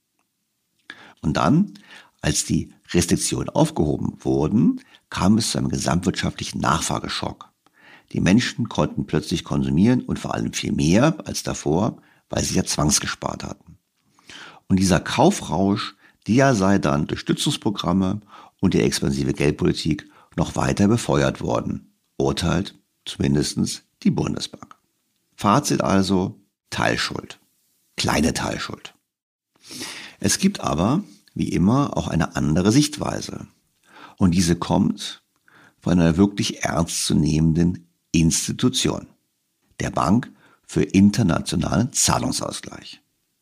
Und dann, als die Restriktionen aufgehoben wurden, kam es zu einem gesamtwirtschaftlichen Nachfrageschock. Die Menschen konnten plötzlich konsumieren und vor allem viel mehr als davor, weil sie ja zwangsgespart hatten. Und dieser Kaufrausch, der sei dann durch Stützungsprogramme und die expansive Geldpolitik noch weiter befeuert worden, urteilt zumindest die Bundesbank. Fazit also, Teilschuld. Kleine Teilschuld. Es gibt aber, wie immer, auch eine andere Sichtweise. Und diese kommt von einer wirklich ernstzunehmenden Institution, der Bank für internationalen Zahlungsausgleich.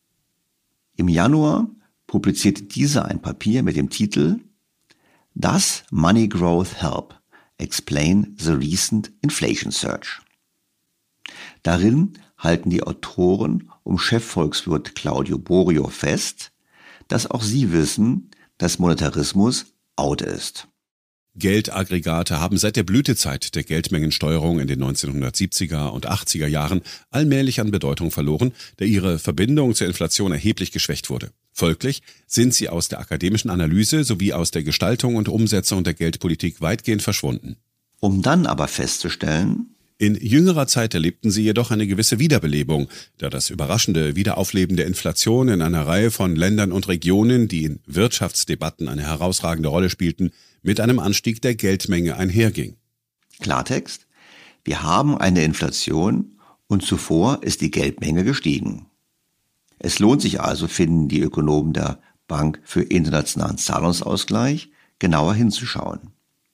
Im Januar publizierte diese ein Papier mit dem Titel Does Money Growth Help? Explain the Recent Inflation Surge. Darin halten die Autoren um Chefvolkswirt Claudio Borio fest, dass auch sie wissen, dass Monetarismus out ist. Geldaggregate haben seit der Blütezeit der Geldmengensteuerung in den neunzehnhundertsiebziger und achtziger Jahren allmählich an Bedeutung verloren, da ihre Verbindung zur Inflation erheblich geschwächt wurde. Folglich sind sie aus der akademischen Analyse sowie aus der Gestaltung und Umsetzung der Geldpolitik weitgehend verschwunden. Um dann aber festzustellen, in jüngerer Zeit erlebten sie jedoch eine gewisse Wiederbelebung, da das überraschende Wiederaufleben der Inflation in einer Reihe von Ländern und Regionen, die in Wirtschaftsdebatten eine herausragende Rolle spielten, mit einem Anstieg der Geldmenge einherging. Klartext, wir haben eine Inflation und zuvor ist die Geldmenge gestiegen. Es lohnt sich also, finden die Ökonomen der Bank für internationalen Zahlungsausgleich, genauer hinzuschauen.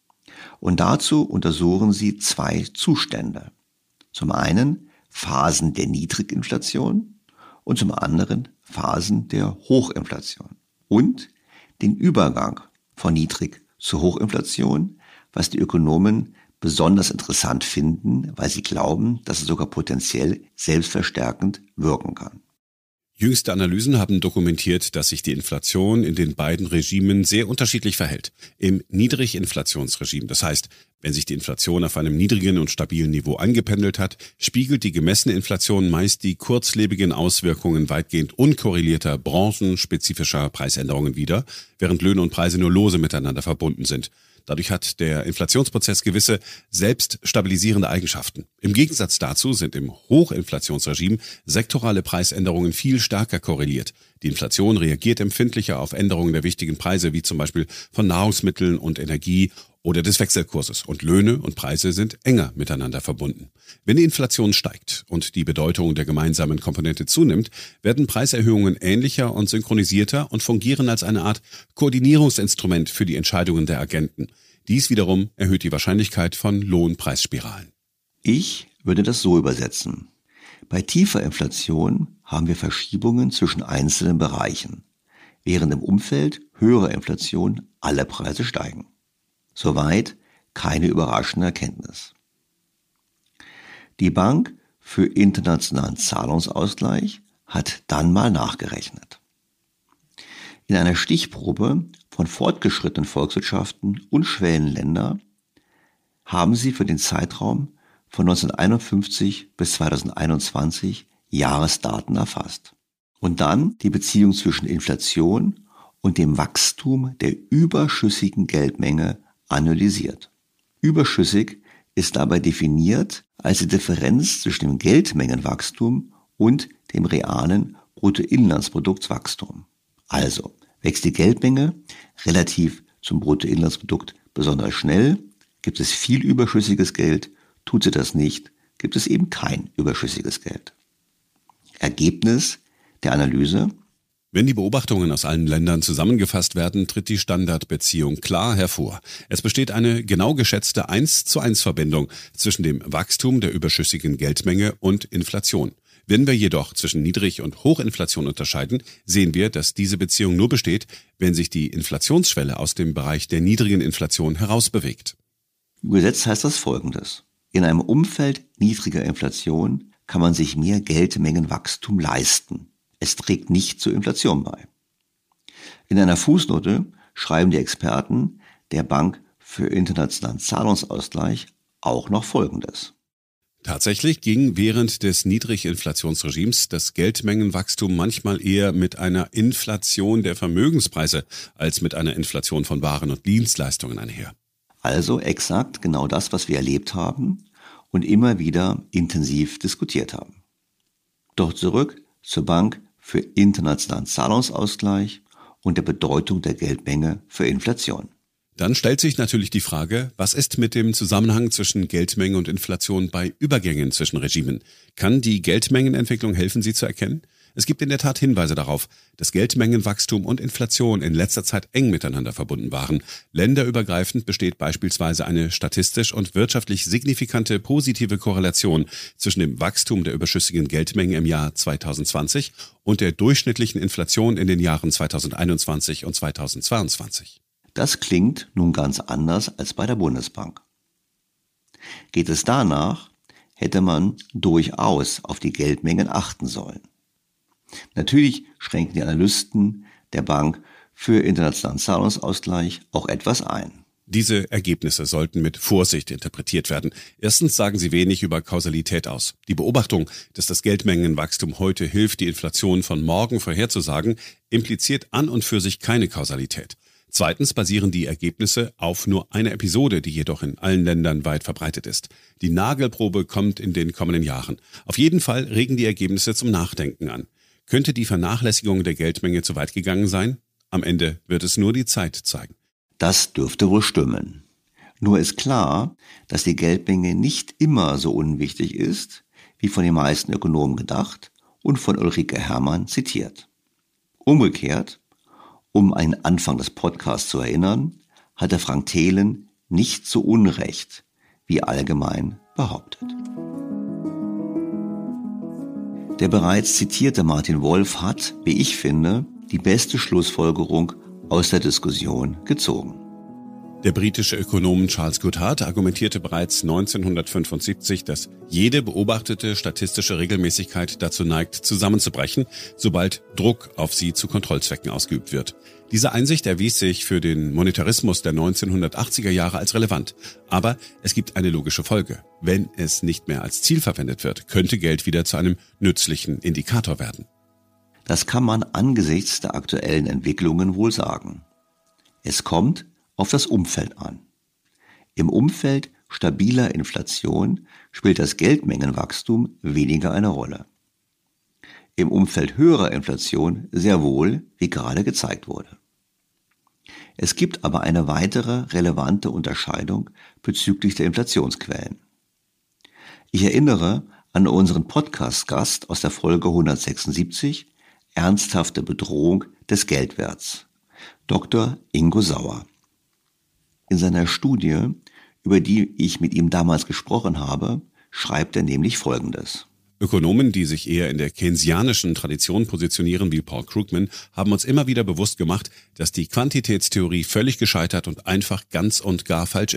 Und dazu untersuchen sie zwei Zustände. Zum einen Phasen der Niedriginflation und zum anderen Phasen der Hochinflation und den Übergang von Niedrig- zu Hochinflation, was die Ökonomen besonders interessant finden, weil sie glauben, dass es sogar potenziell selbstverstärkend wirken kann. Jüngste Analysen haben dokumentiert, dass sich die Inflation in den beiden Regimen sehr unterschiedlich verhält. Im Niedriginflationsregime, das heißt, wenn sich die Inflation auf einem niedrigen und stabilen Niveau eingependelt hat, spiegelt die gemessene Inflation meist die kurzlebigen Auswirkungen weitgehend unkorrelierter, branchenspezifischer Preisänderungen wider, während Löhne und Preise nur lose miteinander verbunden sind. Dadurch hat der Inflationsprozess gewisse selbststabilisierende Eigenschaften. Im Gegensatz dazu sind im Hochinflationsregime sektorale Preisänderungen viel stärker korreliert. Die Inflation reagiert empfindlicher auf Änderungen der wichtigen Preise, wie zum Beispiel von Nahrungsmitteln und Energie oder des Wechselkurses. Und Löhne und Preise sind enger miteinander verbunden. Wenn die Inflation steigt und die Bedeutung der gemeinsamen Komponente zunimmt, werden Preiserhöhungen ähnlicher und synchronisierter und fungieren als eine Art Koordinierungsinstrument für die Entscheidungen der Agenten. Dies wiederum erhöht die Wahrscheinlichkeit von Lohnpreisspiralen. Ich würde das so übersetzen. Bei tiefer Inflation haben wir Verschiebungen zwischen einzelnen Bereichen, während im Umfeld höherer Inflation alle Preise steigen. Soweit keine überraschende Erkenntnis. Die Bank für internationalen Zahlungsausgleich hat dann mal nachgerechnet. In einer Stichprobe von fortgeschrittenen Volkswirtschaften und Schwellenländer haben sie für den Zeitraum von neunzehnhunderteinundfünfzig bis zweitausendeinundzwanzig Jahresdaten erfasst. Und dann die Beziehung zwischen Inflation und dem Wachstum der überschüssigen Geldmenge analysiert. Überschüssig ist dabei definiert als die Differenz zwischen dem Geldmengenwachstum und dem realen Bruttoinlandsproduktswachstum. Also wächst die Geldmenge relativ zum Bruttoinlandsprodukt besonders schnell, gibt es viel überschüssiges Geld, tut sie das nicht, gibt es eben kein überschüssiges Geld. Ergebnis der Analyse: Wenn die Beobachtungen aus allen Ländern zusammengefasst werden, tritt die Standardbeziehung klar hervor. Es besteht eine genau geschätzte eins zu eins Verbindung zwischen dem Wachstum der überschüssigen Geldmenge und Inflation. Wenn wir jedoch zwischen Niedrig- und Hochinflation unterscheiden, sehen wir, dass diese Beziehung nur besteht, wenn sich die Inflationsschwelle aus dem Bereich der niedrigen Inflation herausbewegt. Übersetzt heißt das Folgendes: In einem Umfeld niedriger Inflation kann man sich mehr Geldmengenwachstum leisten. Es trägt nicht zur Inflation bei. In einer Fußnote schreiben die Experten der Bank für internationalen Zahlungsausgleich auch noch Folgendes: Tatsächlich ging während des Niedriginflationsregimes das Geldmengenwachstum manchmal eher mit einer Inflation der Vermögenspreise als mit einer Inflation von Waren und Dienstleistungen einher. Also exakt genau das, was wir erlebt haben und immer wieder intensiv diskutiert haben. Doch zurück zur Bank für internationalen Zahlungsausgleich und der Bedeutung der Geldmenge für Inflation. Dann stellt sich natürlich die Frage, was ist mit dem Zusammenhang zwischen Geldmenge und Inflation bei Übergängen zwischen Regimen? Kann die Geldmengenentwicklung helfen, sie zu erkennen? Es gibt in der Tat Hinweise darauf, dass Geldmengenwachstum und Inflation in letzter Zeit eng miteinander verbunden waren. Länderübergreifend besteht beispielsweise eine statistisch und wirtschaftlich signifikante positive Korrelation zwischen dem Wachstum der überschüssigen Geldmenge im Jahr zweitausendzwanzig und der durchschnittlichen Inflation in den Jahren zweitausendeinundzwanzig und zweitausendzweiundzwanzig. Das klingt nun ganz anders als bei der Bundesbank. Geht es danach, hätte man durchaus auf die Geldmengen achten sollen. Natürlich schränken die Analysten der Bank für internationalen Zahlungsausgleich auch etwas ein. Diese Ergebnisse sollten mit Vorsicht interpretiert werden. Erstens sagen sie wenig über Kausalität aus. Die Beobachtung, dass das Geldmengenwachstum heute hilft, die Inflation von morgen vorherzusagen, impliziert an und für sich keine Kausalität. Zweitens basieren die Ergebnisse auf nur einer Episode, die jedoch in allen Ländern weit verbreitet ist. Die Nagelprobe kommt in den kommenden Jahren. Auf jeden Fall regen die Ergebnisse zum Nachdenken an. Könnte die Vernachlässigung der Geldmenge zu weit gegangen sein? Am Ende wird es nur die Zeit zeigen. Das dürfte wohl stimmen. Nur ist klar, dass die Geldmenge nicht immer so unwichtig ist, wie von den meisten Ökonomen gedacht und von Ulrike Herrmann zitiert. Umgekehrt, um einen Anfang des Podcasts zu erinnern, hatte Frank Thelen nicht so Unrecht, wie allgemein behauptet. Der bereits zitierte Martin Wolf hat, wie ich finde, die beste Schlussfolgerung aus der Diskussion gezogen. Der britische Ökonom Charles Goodhart argumentierte bereits neunzehnhundertfünfundsiebzig, dass jede beobachtete statistische Regelmäßigkeit dazu neigt, zusammenzubrechen, sobald Druck auf sie zu Kontrollzwecken ausgeübt wird. Diese Einsicht erwies sich für den Monetarismus der neunzehnhundertachtziger Jahre als relevant. Aber es gibt eine logische Folge. Wenn es nicht mehr als Ziel verwendet wird, könnte Geld wieder zu einem nützlichen Indikator werden. Das kann man angesichts der aktuellen Entwicklungen wohl sagen. Es kommt auf das Umfeld an. Im Umfeld stabiler Inflation spielt das Geldmengenwachstum weniger eine Rolle. Im Umfeld höherer Inflation sehr wohl, wie gerade gezeigt wurde. Es gibt aber eine weitere relevante Unterscheidung bezüglich der Inflationsquellen. Ich erinnere an unseren Podcast-Gast aus der Folge hundertsechsundsiebzig, Ernsthafte Bedrohung des Geldwerts, Doktor Ingo Sauer. In seiner Studie, über die ich mit ihm damals gesprochen habe, schreibt er nämlich Folgendes. Ökonomen, die sich eher in der keynesianischen Tradition positionieren wie Paul Krugman, haben uns immer wieder bewusst gemacht, dass die Quantitätstheorie völlig gescheitert und einfach ganz und gar falsch ist.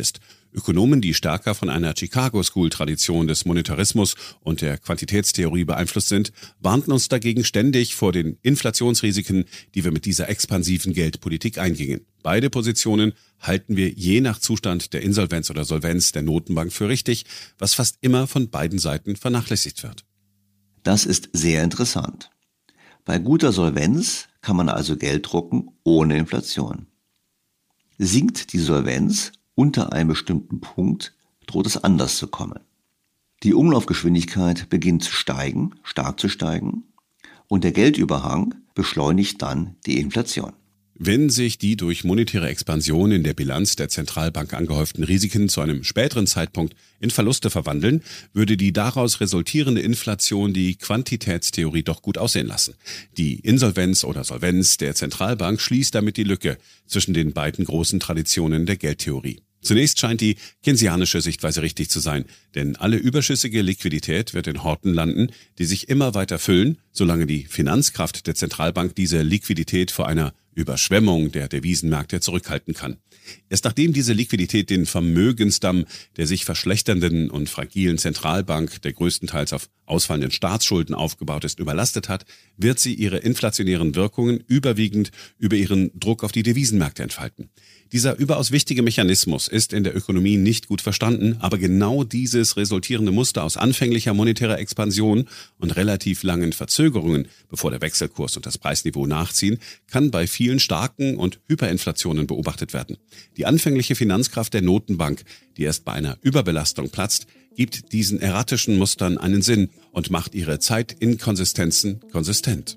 Ökonomen, die stärker von einer Chicago-School-Tradition des Monetarismus und der Quantitätstheorie beeinflusst sind, warnten uns dagegen ständig vor den Inflationsrisiken, die wir mit dieser expansiven Geldpolitik eingingen. Beide Positionen halten wir je nach Zustand der Insolvenz oder Solvenz der Notenbank für richtig, was fast immer von beiden Seiten vernachlässigt wird. Das ist sehr interessant. Bei guter Solvenz kann man also Geld drucken ohne Inflation. Sinkt die Solvenz unter einem bestimmten Punkt, droht es anders zu kommen. Die Umlaufgeschwindigkeit beginnt zu steigen, stark zu steigen, und der Geldüberhang beschleunigt dann die Inflation. Wenn sich die durch monetäre Expansion in der Bilanz der Zentralbank angehäuften Risiken zu einem späteren Zeitpunkt in Verluste verwandeln, würde die daraus resultierende Inflation die Quantitätstheorie doch gut aussehen lassen. Die Insolvenz oder Solvenz der Zentralbank schließt damit die Lücke zwischen den beiden großen Traditionen der Geldtheorie. Zunächst scheint die keynesianische Sichtweise richtig zu sein, denn alle überschüssige Liquidität wird in Horten landen, die sich immer weiter füllen, solange die Finanzkraft der Zentralbank diese Liquidität vor einer Überschwemmung der Devisenmärkte zurückhalten kann. Erst nachdem diese Liquidität den Vermögensdamm der sich verschlechternden und fragilen Zentralbank, der größtenteils auf ausfallenden Staatsschulden aufgebaut ist, überlastet hat, wird sie ihre inflationären Wirkungen überwiegend über ihren Druck auf die Devisenmärkte entfalten. Dieser überaus wichtige Mechanismus ist in der Ökonomie nicht gut verstanden, aber genau dieses resultierende Muster aus anfänglicher monetärer Expansion und relativ langen Verzögerungen, bevor der Wechselkurs und das Preisniveau nachziehen, kann bei vielen starken und Hyperinflationen beobachtet werden. Die anfängliche Finanzkraft der Notenbank, die erst bei einer Überbelastung platzt, gibt diesen erratischen Mustern einen Sinn und macht ihre Zeitinkonsistenzen konsistent.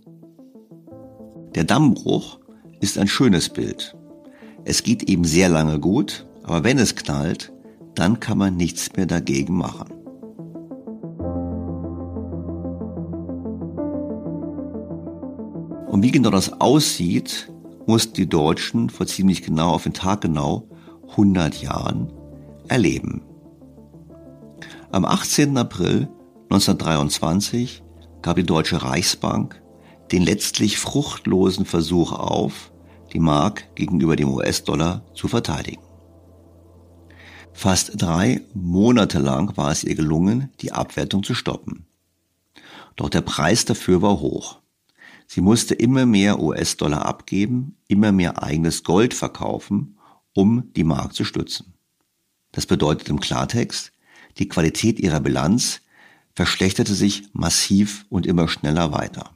Der Dammbruch ist ein schönes Bild. Es geht eben sehr lange gut, aber wenn es knallt, dann kann man nichts mehr dagegen machen. Und wie genau das aussieht, mussten die Deutschen vor ziemlich genau auf den Tag genau hundert Jahren erleben. Am achtzehnten April neunzehnhundertdreiundzwanzig gab die Deutsche Reichsbank den letztlich fruchtlosen Versuch auf, die Mark gegenüber dem U S-Dollar zu verteidigen. Fast drei Monate lang war es ihr gelungen, die Abwertung zu stoppen. Doch der Preis dafür war hoch. Sie musste immer mehr U S-Dollar abgeben, immer mehr eigenes Gold verkaufen, um die Mark zu stützen. Das bedeutet im Klartext, die Qualität ihrer Bilanz verschlechterte sich massiv und immer schneller weiter.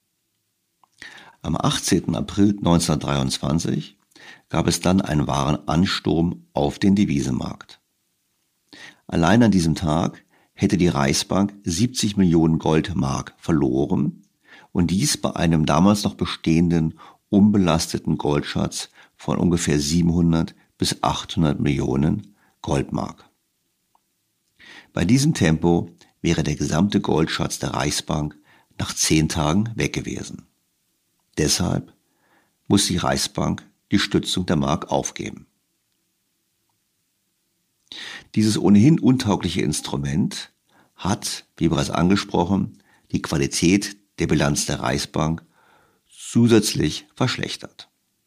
Am achtzehnten April neunzehnhundertdreiundzwanzig gab es dann einen wahren Ansturm auf den Devisenmarkt. Allein an diesem Tag hätte die Reichsbank siebzig Millionen Goldmark verloren und dies bei einem damals noch bestehenden unbelasteten Goldschatz von ungefähr siebenhundert bis achthundert Millionen Goldmark. Bei diesem Tempo wäre der gesamte Goldschatz der Reichsbank nach zehn Tagen weg gewesen. Deshalb muss die Reichsbank die Stützung der Mark aufgeben. Dieses ohnehin untaugliche Instrument hat, wie bereits angesprochen, die Qualität der Bilanz der Reichsbank zusätzlich verschlechtert.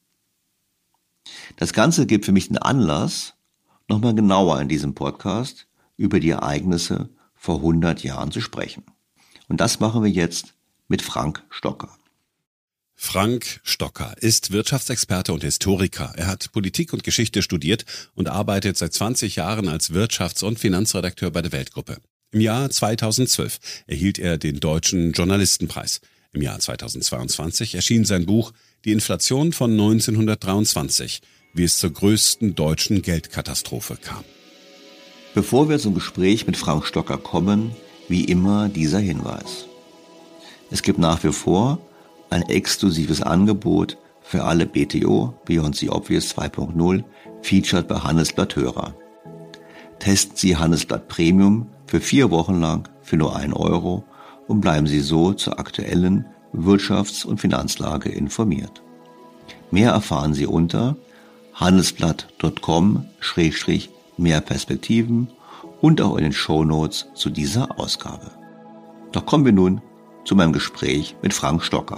Das Ganze gibt für mich den Anlass, nochmal genauer in diesem Podcast über die Ereignisse vor hundert Jahren zu sprechen. Und das machen wir jetzt mit Frank Stocker. Frank Stocker ist Wirtschaftsexperte und Historiker. Er hat Politik und Geschichte studiert und arbeitet seit zwanzig Jahren als Wirtschafts- und Finanzredakteur bei der Weltgruppe. Im Jahr zweitausendzwölf erhielt er den Deutschen Journalistenpreis. Im Jahr zweitausendzweiundzwanzig erschien sein Buch Die Inflation von neunzehnhundertdreiundzwanzig, wie es zur größten deutschen Geldkatastrophe kam. Bevor wir zum Gespräch mit Frank Stocker kommen, wie immer dieser Hinweis. Es gibt nach wie vor ein exklusives Angebot für alle B T O, Beyond the Obvious zwei Punkt null, featured bei Handelsblatt Hörer. Testen Sie Handelsblatt Premium für vier Wochen lang für nur einen Euro und bleiben Sie so zur aktuellen Wirtschafts- und Finanzlage informiert. Mehr erfahren Sie unter handelsblatt punkt com schrägstrich mehr Perspektiven und auch in den Shownotes zu dieser Ausgabe. Doch kommen wir nun zu meinem Gespräch mit Frank Stocker.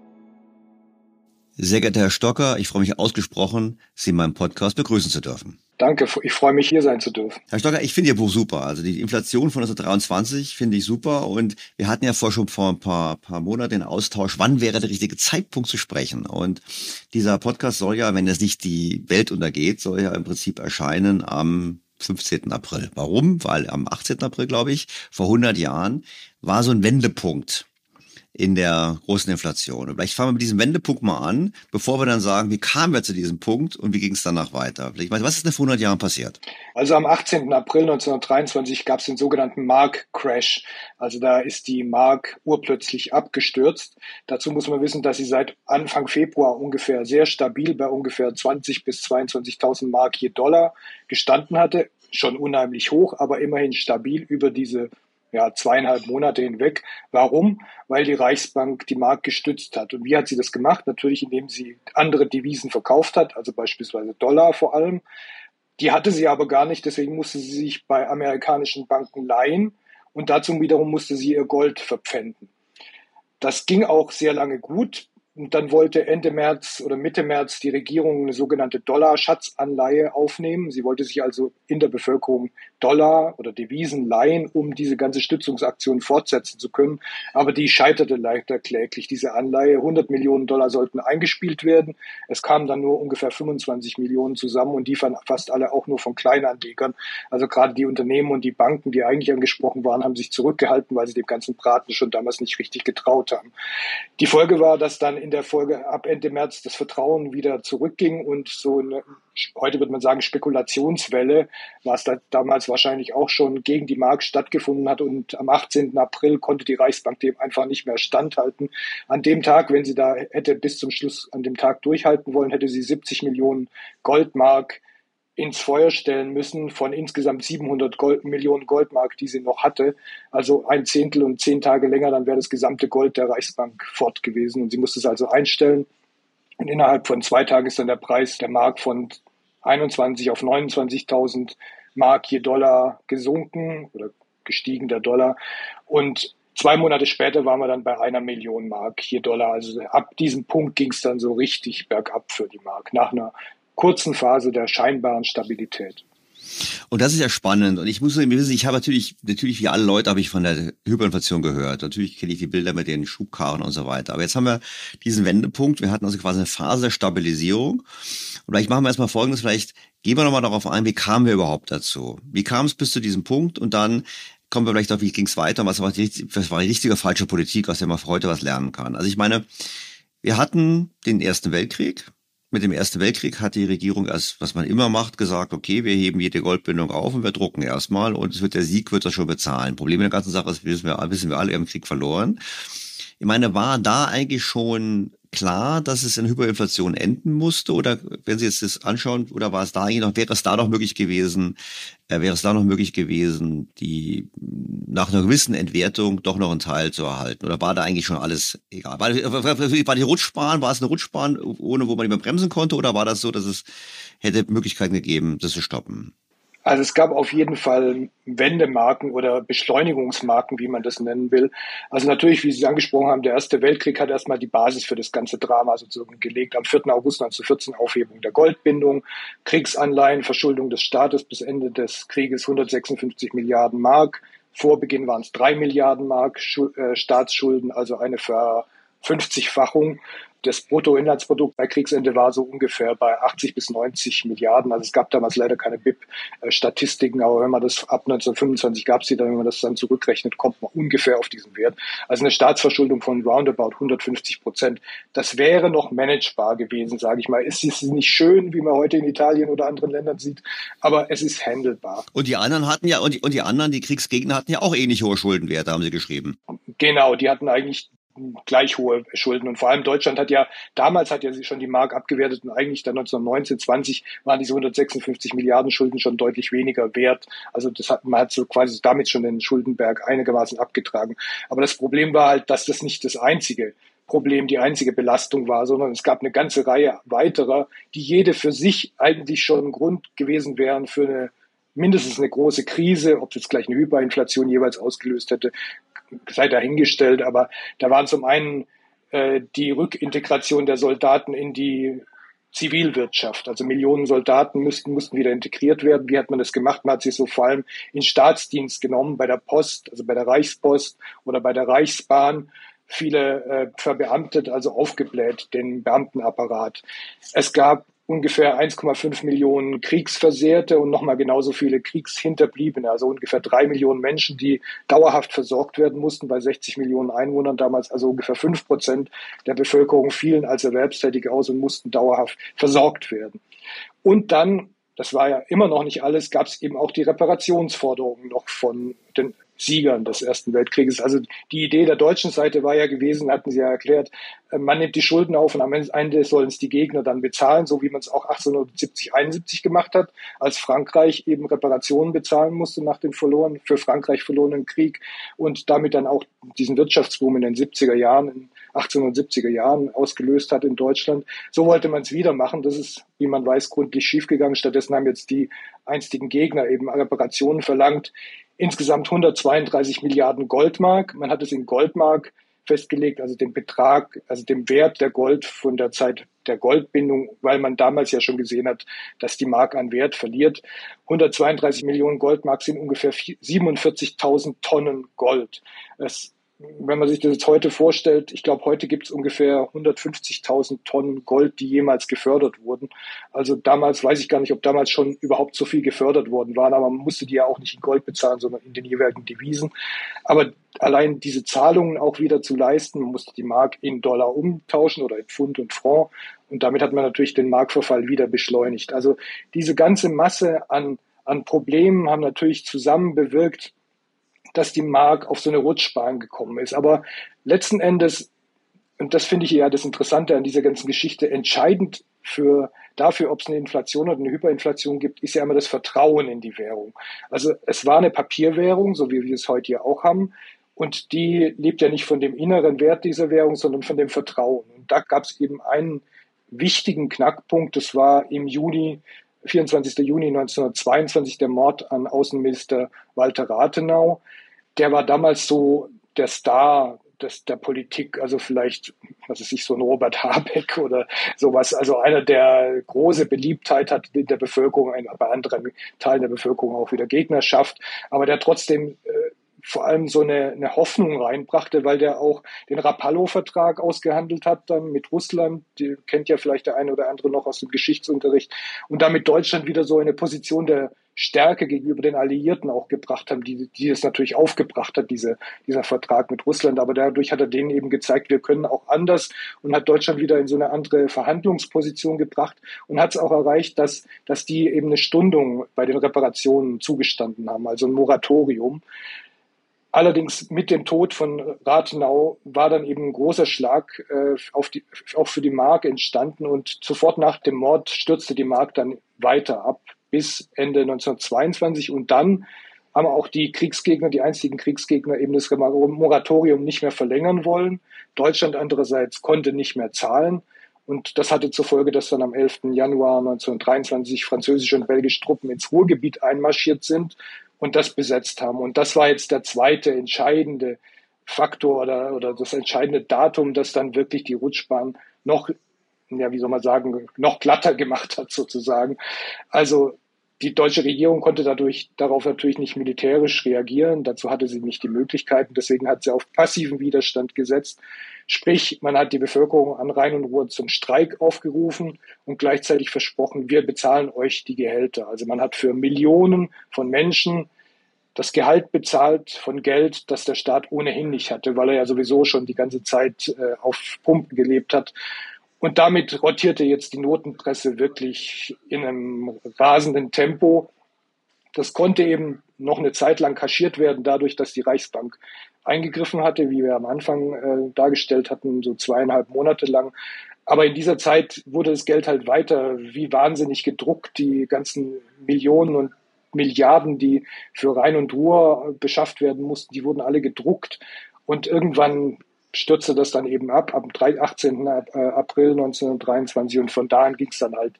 Sehr geehrter Herr Stocker, ich freue mich ausgesprochen, Sie in meinem Podcast begrüßen zu dürfen. Danke, ich freue mich, hier sein zu dürfen. Herr Stocker, ich finde Ihr Buch super. Also die Inflation von neunzehnhundertdreiundzwanzig finde ich super. Und wir hatten ja vor schon vor ein paar, paar Monaten den Austausch, wann wäre der richtige Zeitpunkt zu sprechen. Und dieser Podcast soll ja, wenn es nicht die Welt untergeht, soll ja im Prinzip erscheinen am fünfzehnten April. Warum? Weil am achtzehnten April, glaube ich, vor hundert Jahren war so ein Wendepunkt in der großen Inflation. Und vielleicht fangen wir mit diesem Wendepunkt mal an, bevor wir dann sagen, wie kamen wir zu diesem Punkt und wie ging es danach weiter? Vielleicht, was ist denn vor hundert Jahren passiert? Also am achtzehnten April neunzehnhundertdreiundzwanzig gab es den sogenannten Mark-Crash. Also da ist die Mark urplötzlich abgestürzt. Dazu muss man wissen, dass sie seit Anfang Februar ungefähr sehr stabil bei ungefähr zwanzig bis zweiundzwanzigtausend Mark je Dollar gestanden hatte. Schon unheimlich hoch, aber immerhin stabil über diese ja, zweieinhalb Monate hinweg. Warum? Weil die Reichsbank die Mark gestützt hat. Und wie hat sie das gemacht? Natürlich, indem sie andere Devisen verkauft hat, also beispielsweise Dollar vor allem. Die hatte sie aber gar nicht, deswegen musste sie sich bei amerikanischen Banken leihen und dazu wiederum musste sie ihr Gold verpfänden. Das ging auch sehr lange gut. Und dann wollte Ende März oder Mitte März die Regierung eine sogenannte Dollarschatzanleihe aufnehmen. Sie wollte sich also in der Bevölkerung Dollar oder Devisen leihen, um diese ganze Stützungsaktion fortsetzen zu können. Aber die scheiterte leider kläglich, diese Anleihe. hundert Millionen Dollar sollten eingespielt werden. Es kamen dann nur ungefähr fünfundzwanzig Millionen zusammen und die fast alle auch nur von Kleinanlegern. Also gerade die Unternehmen und die Banken, die eigentlich angesprochen waren, haben sich zurückgehalten, weil sie dem ganzen Braten schon damals nicht richtig getraut haben. Die Folge war, dass dann in der Folge ab Ende März das Vertrauen wieder zurückging und so eine, heute würde man sagen, Spekulationswelle, was da damals wahrscheinlich auch schon gegen die Mark stattgefunden hat und am achtzehnten April konnte die Reichsbank dem einfach nicht mehr standhalten. An dem Tag, wenn sie da hätte bis zum Schluss an dem Tag durchhalten wollen, hätte sie siebzig Millionen Goldmark ins Feuer stellen müssen von insgesamt siebenhundert Gold, Millionen Goldmark, die sie noch hatte. Also ein Zehntel und zehn Tage länger, dann wäre das gesamte Gold der Reichsbank fort gewesen. Und sie musste es also einstellen. Und innerhalb von zwei Tagen ist dann der Preis der Mark von einundzwanzig auf neunundzwanzigtausend Mark je Dollar gesunken oder gestiegen, der Dollar. Und zwei Monate später waren wir dann bei einer Million Mark je Dollar. Also ab diesem Punkt ging es dann so richtig bergab für die Mark, nach einer kurzen Phase der scheinbaren Stabilität. Und das ist ja spannend. Und ich muss wissen, ich habe natürlich, natürlich wie alle Leute habe ich von der Hyperinflation gehört. Natürlich kenne ich die Bilder mit den Schubkarren und so weiter. Aber jetzt haben wir diesen Wendepunkt. Wir hatten also quasi eine Phase der Stabilisierung. Und vielleicht machen wir erstmal Folgendes. Vielleicht gehen wir nochmal darauf ein, wie kamen wir überhaupt dazu? Wie kam es bis zu diesem Punkt? Und dann kommen wir vielleicht auf, wie ging es weiter? Und was war die, was war die richtige oder falsche Politik, aus der man für heute was lernen kann? Also ich meine, wir hatten den Ersten Weltkrieg. Mit dem Ersten Weltkrieg hat die Regierung, als was man immer macht, gesagt, okay, wir heben jede Goldbindung auf und wir drucken erstmal und es wird der Sieg wird das schon bezahlen. Problem in der ganzen Sache ist, wissen wir, wissen wir alle, wir haben den Krieg verloren. Ich meine, war da eigentlich schon klar, dass es in Hyperinflation enden musste? Oder wenn Sie jetzt das anschauen, oder war es da eigentlich noch, wäre es da noch möglich gewesen, äh, wäre es da noch möglich gewesen, die nach einer gewissen Entwertung doch noch einen Teil zu erhalten? Oder war da eigentlich schon alles egal? War, war, war die Rutschbahn, war es eine Rutschbahn, ohne wo man nicht mehr bremsen konnte? Oder war das so, dass es hätte Möglichkeiten gegeben, das zu stoppen? Also es gab auf jeden Fall Wendemarken oder Beschleunigungsmarken, wie man das nennen will. Also natürlich, wie Sie angesprochen haben, der Erste Weltkrieg hat erstmal die Basis für das ganze Drama sozusagen gelegt. Am vierten August neunzehnhundertvierzehn Aufhebung der Goldbindung, Kriegsanleihen, Verschuldung des Staates bis Ende des Krieges hundertsechsundfünfzig Milliarden Mark. Vor Beginn waren es drei Milliarden Mark äh, Staatsschulden, also eine Verfünfzigfachung. Das Bruttoinlandsprodukt bei Kriegsende war so ungefähr bei achtzig bis neunzig Milliarden. Also es gab damals leider keine B I P-Statistiken, aber wenn man das ab neunzehnhundertfünfundzwanzig gab es die dann, wenn man das dann zurückrechnet, kommt man ungefähr auf diesen Wert. Also eine Staatsverschuldung von roundabout hundertfünfzig Prozent. Das wäre noch managebar gewesen, sage ich mal. Es ist nicht schön, wie man heute in Italien oder anderen Ländern sieht, aber es ist handelbar. Und die anderen hatten ja, und die, und die anderen, die Kriegsgegner hatten ja auch ähnlich hohe Schuldenwerte, haben sie geschrieben. Genau, die hatten eigentlich gleich hohe Schulden. Und vor allem Deutschland hat ja, damals hat ja schon die Mark abgewertet und eigentlich dann neunzehnhundertneunzehn, zwanzig waren diese hundertsechsundfünfzig Milliarden Schulden schon deutlich weniger wert. Also das hat, man hat so quasi damit schon den Schuldenberg einigermaßen abgetragen. Aber das Problem war halt, dass das nicht das einzige Problem, die einzige Belastung war, sondern es gab eine ganze Reihe weiterer, die jede für sich eigentlich schon ein Grund gewesen wären für eine mindestens eine große Krise, ob es jetzt gleich eine Hyperinflation jeweils ausgelöst hätte, sei dahingestellt, aber da waren zum einen äh, die Rückintegration der Soldaten in die Zivilwirtschaft. Also Millionen Soldaten müssten, mussten wieder integriert werden. Wie hat man das gemacht? Man hat sie so vor allem in Staatsdienst genommen, bei der Post, also bei der Reichspost oder bei der Reichsbahn. Viele äh, verbeamtet, also aufgebläht, den Beamtenapparat. Es gab ungefähr eins Komma fünf Millionen Kriegsversehrte und nochmal genauso viele Kriegshinterbliebene, also ungefähr drei Millionen Menschen, die dauerhaft versorgt werden mussten bei sechzig Millionen Einwohnern damals, also ungefähr fünf Prozent der Bevölkerung fielen als Erwerbstätige aus und mussten dauerhaft versorgt werden. Und dann, das war ja immer noch nicht alles, gab es eben auch die Reparationsforderungen noch von den Siegern des Ersten Weltkrieges. Also die Idee der deutschen Seite war ja gewesen, hatten Sie ja erklärt, man nimmt die Schulden auf und am Ende sollen es die Gegner dann bezahlen, so wie man es auch achtzehnhundertsiebzig, einundsiebzig gemacht hat, als Frankreich eben Reparationen bezahlen musste nach dem verloren, für Frankreich verlorenen Krieg und damit dann auch diesen Wirtschaftsboom in den siebziger Jahren, in achtzehnhundertsiebziger Jahren ausgelöst hat in Deutschland. So wollte man es wieder machen. Das ist, wie man weiß, gründlich schiefgegangen. Stattdessen haben jetzt die einstigen Gegner eben Reparationen verlangt. Insgesamt hundertzweiunddreißig Milliarden Goldmark. Man hat es in Goldmark festgelegt, also den Betrag, also den Wert der Gold von der Zeit der Goldbindung, weil man damals ja schon gesehen hat, dass die Mark an Wert verliert. hundertzweiunddreißig Millionen Goldmark sind ungefähr siebenundvierzigtausend Tonnen Gold. Es Wenn man sich das jetzt heute vorstellt, ich glaube, heute gibt es ungefähr hundertfünfzigtausend Tonnen Gold, die jemals gefördert wurden. Also damals weiß ich gar nicht, ob damals schon überhaupt so viel gefördert worden waren, aber man musste die ja auch nicht in Gold bezahlen, sondern in den jeweiligen Devisen. Aber allein diese Zahlungen auch wieder zu leisten, man musste die Mark in Dollar umtauschen oder in Pfund und Franc. Und damit hat man natürlich den Markverfall wieder beschleunigt. Also diese ganze Masse an, an Problemen haben natürlich zusammen bewirkt, dass die Mark auf so eine Rutschbahn gekommen ist. Aber letzten Endes, und das finde ich ja das Interessante an dieser ganzen Geschichte, entscheidend für dafür, ob es eine Inflation oder eine Hyperinflation gibt, ist ja immer das Vertrauen in die Währung. Also es war eine Papierwährung, so wie wir es heute ja auch haben. Und die lebt ja nicht von dem inneren Wert dieser Währung, sondern von dem Vertrauen. Und da gab es eben einen wichtigen Knackpunkt. Das war im Juni, vierundzwanzigster Juni neunzehnhundertzweiundzwanzig, der Mord an Außenminister Walter Rathenau. Der war damals so der Star des, der Politik, also vielleicht, was weiß ich, so ein Robert Habeck oder sowas, also einer, der große Beliebtheit hat in der Bevölkerung, bei anderen Teilen der Bevölkerung auch wieder Gegnerschaft, aber der trotzdem äh, vor allem so eine, eine Hoffnung reinbrachte, weil der auch den Rapallo-Vertrag ausgehandelt hat dann mit Russland, die kennt ja vielleicht der eine oder andere noch aus dem Geschichtsunterricht, und damit Deutschland wieder so eine Position der Stärke gegenüber den Alliierten auch gebracht haben, die, die es natürlich aufgebracht hat, diese, dieser Vertrag mit Russland. Aber dadurch hat er denen eben gezeigt, wir können auch anders, und hat Deutschland wieder in so eine andere Verhandlungsposition gebracht und hat es auch erreicht, dass, dass die eben eine Stundung bei den Reparationen zugestanden haben, also ein Moratorium. Allerdings mit dem Tod von Rathenau war dann eben ein großer Schlag äh, auf die, auch für die Mark entstanden, und sofort nach dem Mord stürzte die Mark dann weiter ab bis Ende neunzehnhundertzweiundzwanzig, und dann haben auch die Kriegsgegner, die einstigen Kriegsgegner eben das Moratorium nicht mehr verlängern wollen. Deutschland andererseits konnte nicht mehr zahlen, und das hatte zur Folge, dass dann am elften Januar neunzehnhundertdreiundzwanzig französische und belgische Truppen ins Ruhrgebiet einmarschiert sind und das besetzt haben. Und das war jetzt der zweite entscheidende Faktor oder, oder das entscheidende Datum, das dann wirklich die Rutschbahn noch, ja, wie soll man sagen, noch glatter gemacht hat sozusagen. Also die deutsche Regierung konnte dadurch darauf natürlich nicht militärisch reagieren. Dazu hatte sie nicht die Möglichkeiten. Deswegen hat sie auf passiven Widerstand gesetzt. Sprich, man hat die Bevölkerung an Rhein und Ruhr zum Streik aufgerufen und gleichzeitig versprochen, wir bezahlen euch die Gehälter. Also man hat für Millionen von Menschen das Gehalt bezahlt von Geld, das der Staat ohnehin nicht hatte, weil er ja sowieso schon die ganze Zeit äh, auf Pumpen gelebt hat. Und damit rotierte jetzt die Notenpresse wirklich in einem rasenden Tempo. Das konnte eben noch eine Zeit lang kaschiert werden, dadurch, dass die Reichsbank eingegriffen hatte, wie wir am Anfang äh, dargestellt hatten, so zweieinhalb Monate lang. Aber in dieser Zeit wurde das Geld halt weiter wie wahnsinnig gedruckt. Die ganzen Millionen und Milliarden, die für Rhein und Ruhr beschafft werden mussten, die wurden alle gedruckt. Und irgendwann stürzte das dann eben ab, am achtzehnten April neunzehnhundertdreiundzwanzig, und von da an ging es dann halt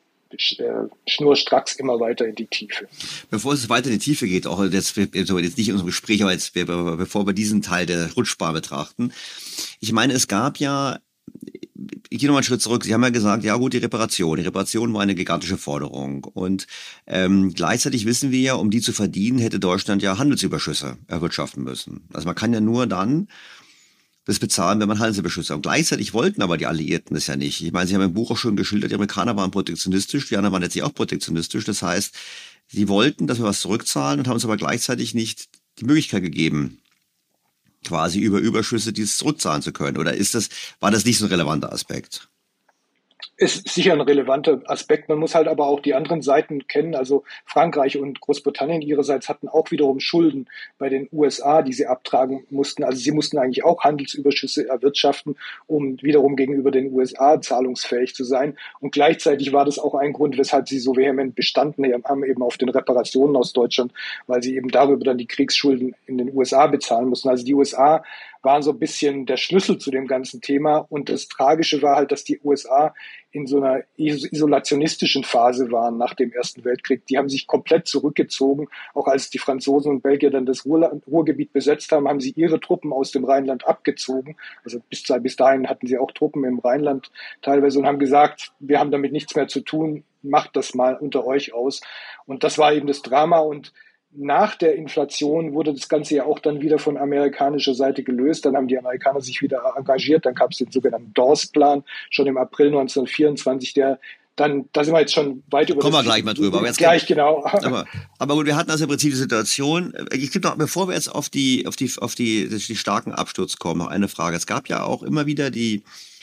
äh, schnurstracks immer weiter in die Tiefe. Bevor es weiter in die Tiefe geht, auch jetzt, jetzt nicht in unserem Gespräch, aber jetzt, bevor wir diesen Teil der Rutschbahn betrachten, ich meine, es gab ja ich gehe nochmal einen Schritt zurück. Sie haben ja gesagt, ja gut, die Reparation. Die Reparation war eine gigantische Forderung. Und ähm, gleichzeitig wissen wir ja, um die zu verdienen, hätte Deutschland ja Handelsüberschüsse erwirtschaften müssen. Also man kann ja nur dann das bezahlen, wenn man Handelsüberschüsse hat. Und gleichzeitig wollten aber die Alliierten das ja nicht. Ich meine, Sie haben im Buch auch schon geschildert, die Amerikaner waren protektionistisch, die anderen waren letztlich auch protektionistisch. Das heißt, sie wollten, dass wir was zurückzahlen und haben uns aber gleichzeitig nicht die Möglichkeit gegeben, quasi über Überschüsse dieses zurückzahlen zu können. Oder ist das, war das nicht so ein relevanter Aspekt? Ist sicher ein relevanter Aspekt. Man muss halt aber auch die anderen Seiten kennen. Also Frankreich und Großbritannien ihrerseits hatten auch wiederum Schulden bei den U S A, die sie abtragen mussten. Also sie mussten eigentlich auch Handelsüberschüsse erwirtschaften, um wiederum gegenüber den U S A zahlungsfähig zu sein. Und gleichzeitig war das auch ein Grund, weshalb sie so vehement bestanden haben, eben auf den Reparationen aus Deutschland, weil sie eben darüber dann die Kriegsschulden in den U S A bezahlen mussten. Also die U S A waren so ein bisschen der Schlüssel zu dem ganzen Thema. Und das Tragische war halt, dass die U S A in so einer isolationistischen Phase waren nach dem Ersten Weltkrieg. Die haben sich komplett zurückgezogen. Auch als die Franzosen und Belgier dann das Ruhr, Ruhrgebiet besetzt haben, haben sie ihre Truppen aus dem Rheinland abgezogen. Also bis, bis dahin hatten sie auch Truppen im Rheinland teilweise und haben gesagt, wir haben damit nichts mehr zu tun, macht das mal unter euch aus. Und das war eben das Drama. Und nach der Inflation wurde das Ganze ja auch dann wieder von amerikanischer Seite gelöst. Dann haben die Amerikaner sich wieder engagiert. Dann gab es den sogenannten Dawes-Plan schon im April neunzehnhundertvierundzwanzig, der dann, da sind wir jetzt schon weit über. Kommen wir gleich mal drüber. Aber jetzt gleich, genau. Aber, aber gut, wir hatten also im Prinzip die Situation. Ich gebe noch, bevor wir jetzt auf die, auf die, auf die, die starken Absturz kommen, noch eine Frage. Es gab ja auch immer wieder die,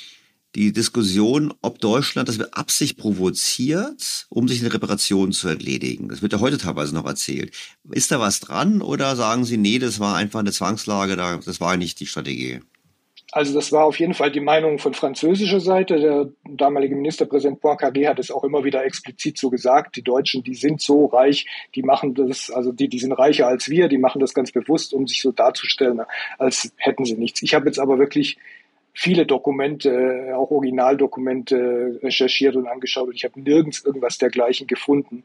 die Diskussion, ob Deutschland das mit Absicht provoziert, um sich eine Reparation zu entledigen. Das wird ja heute teilweise noch erzählt. Ist da was dran oder sagen Sie, nee, das war einfach eine Zwangslage, das war nicht die Strategie? Also das war auf jeden Fall die Meinung von französischer Seite. Der damalige Ministerpräsident Poincaré hat es auch immer wieder explizit so gesagt. Die Deutschen, die sind so reich, die machen das, also die, die sind reicher als wir, die machen das ganz bewusst, um sich so darzustellen, als hätten sie nichts. Ich habe jetzt aber wirklich viele Dokumente, auch Originaldokumente recherchiert und angeschaut und ich habe nirgends irgendwas dergleichen gefunden.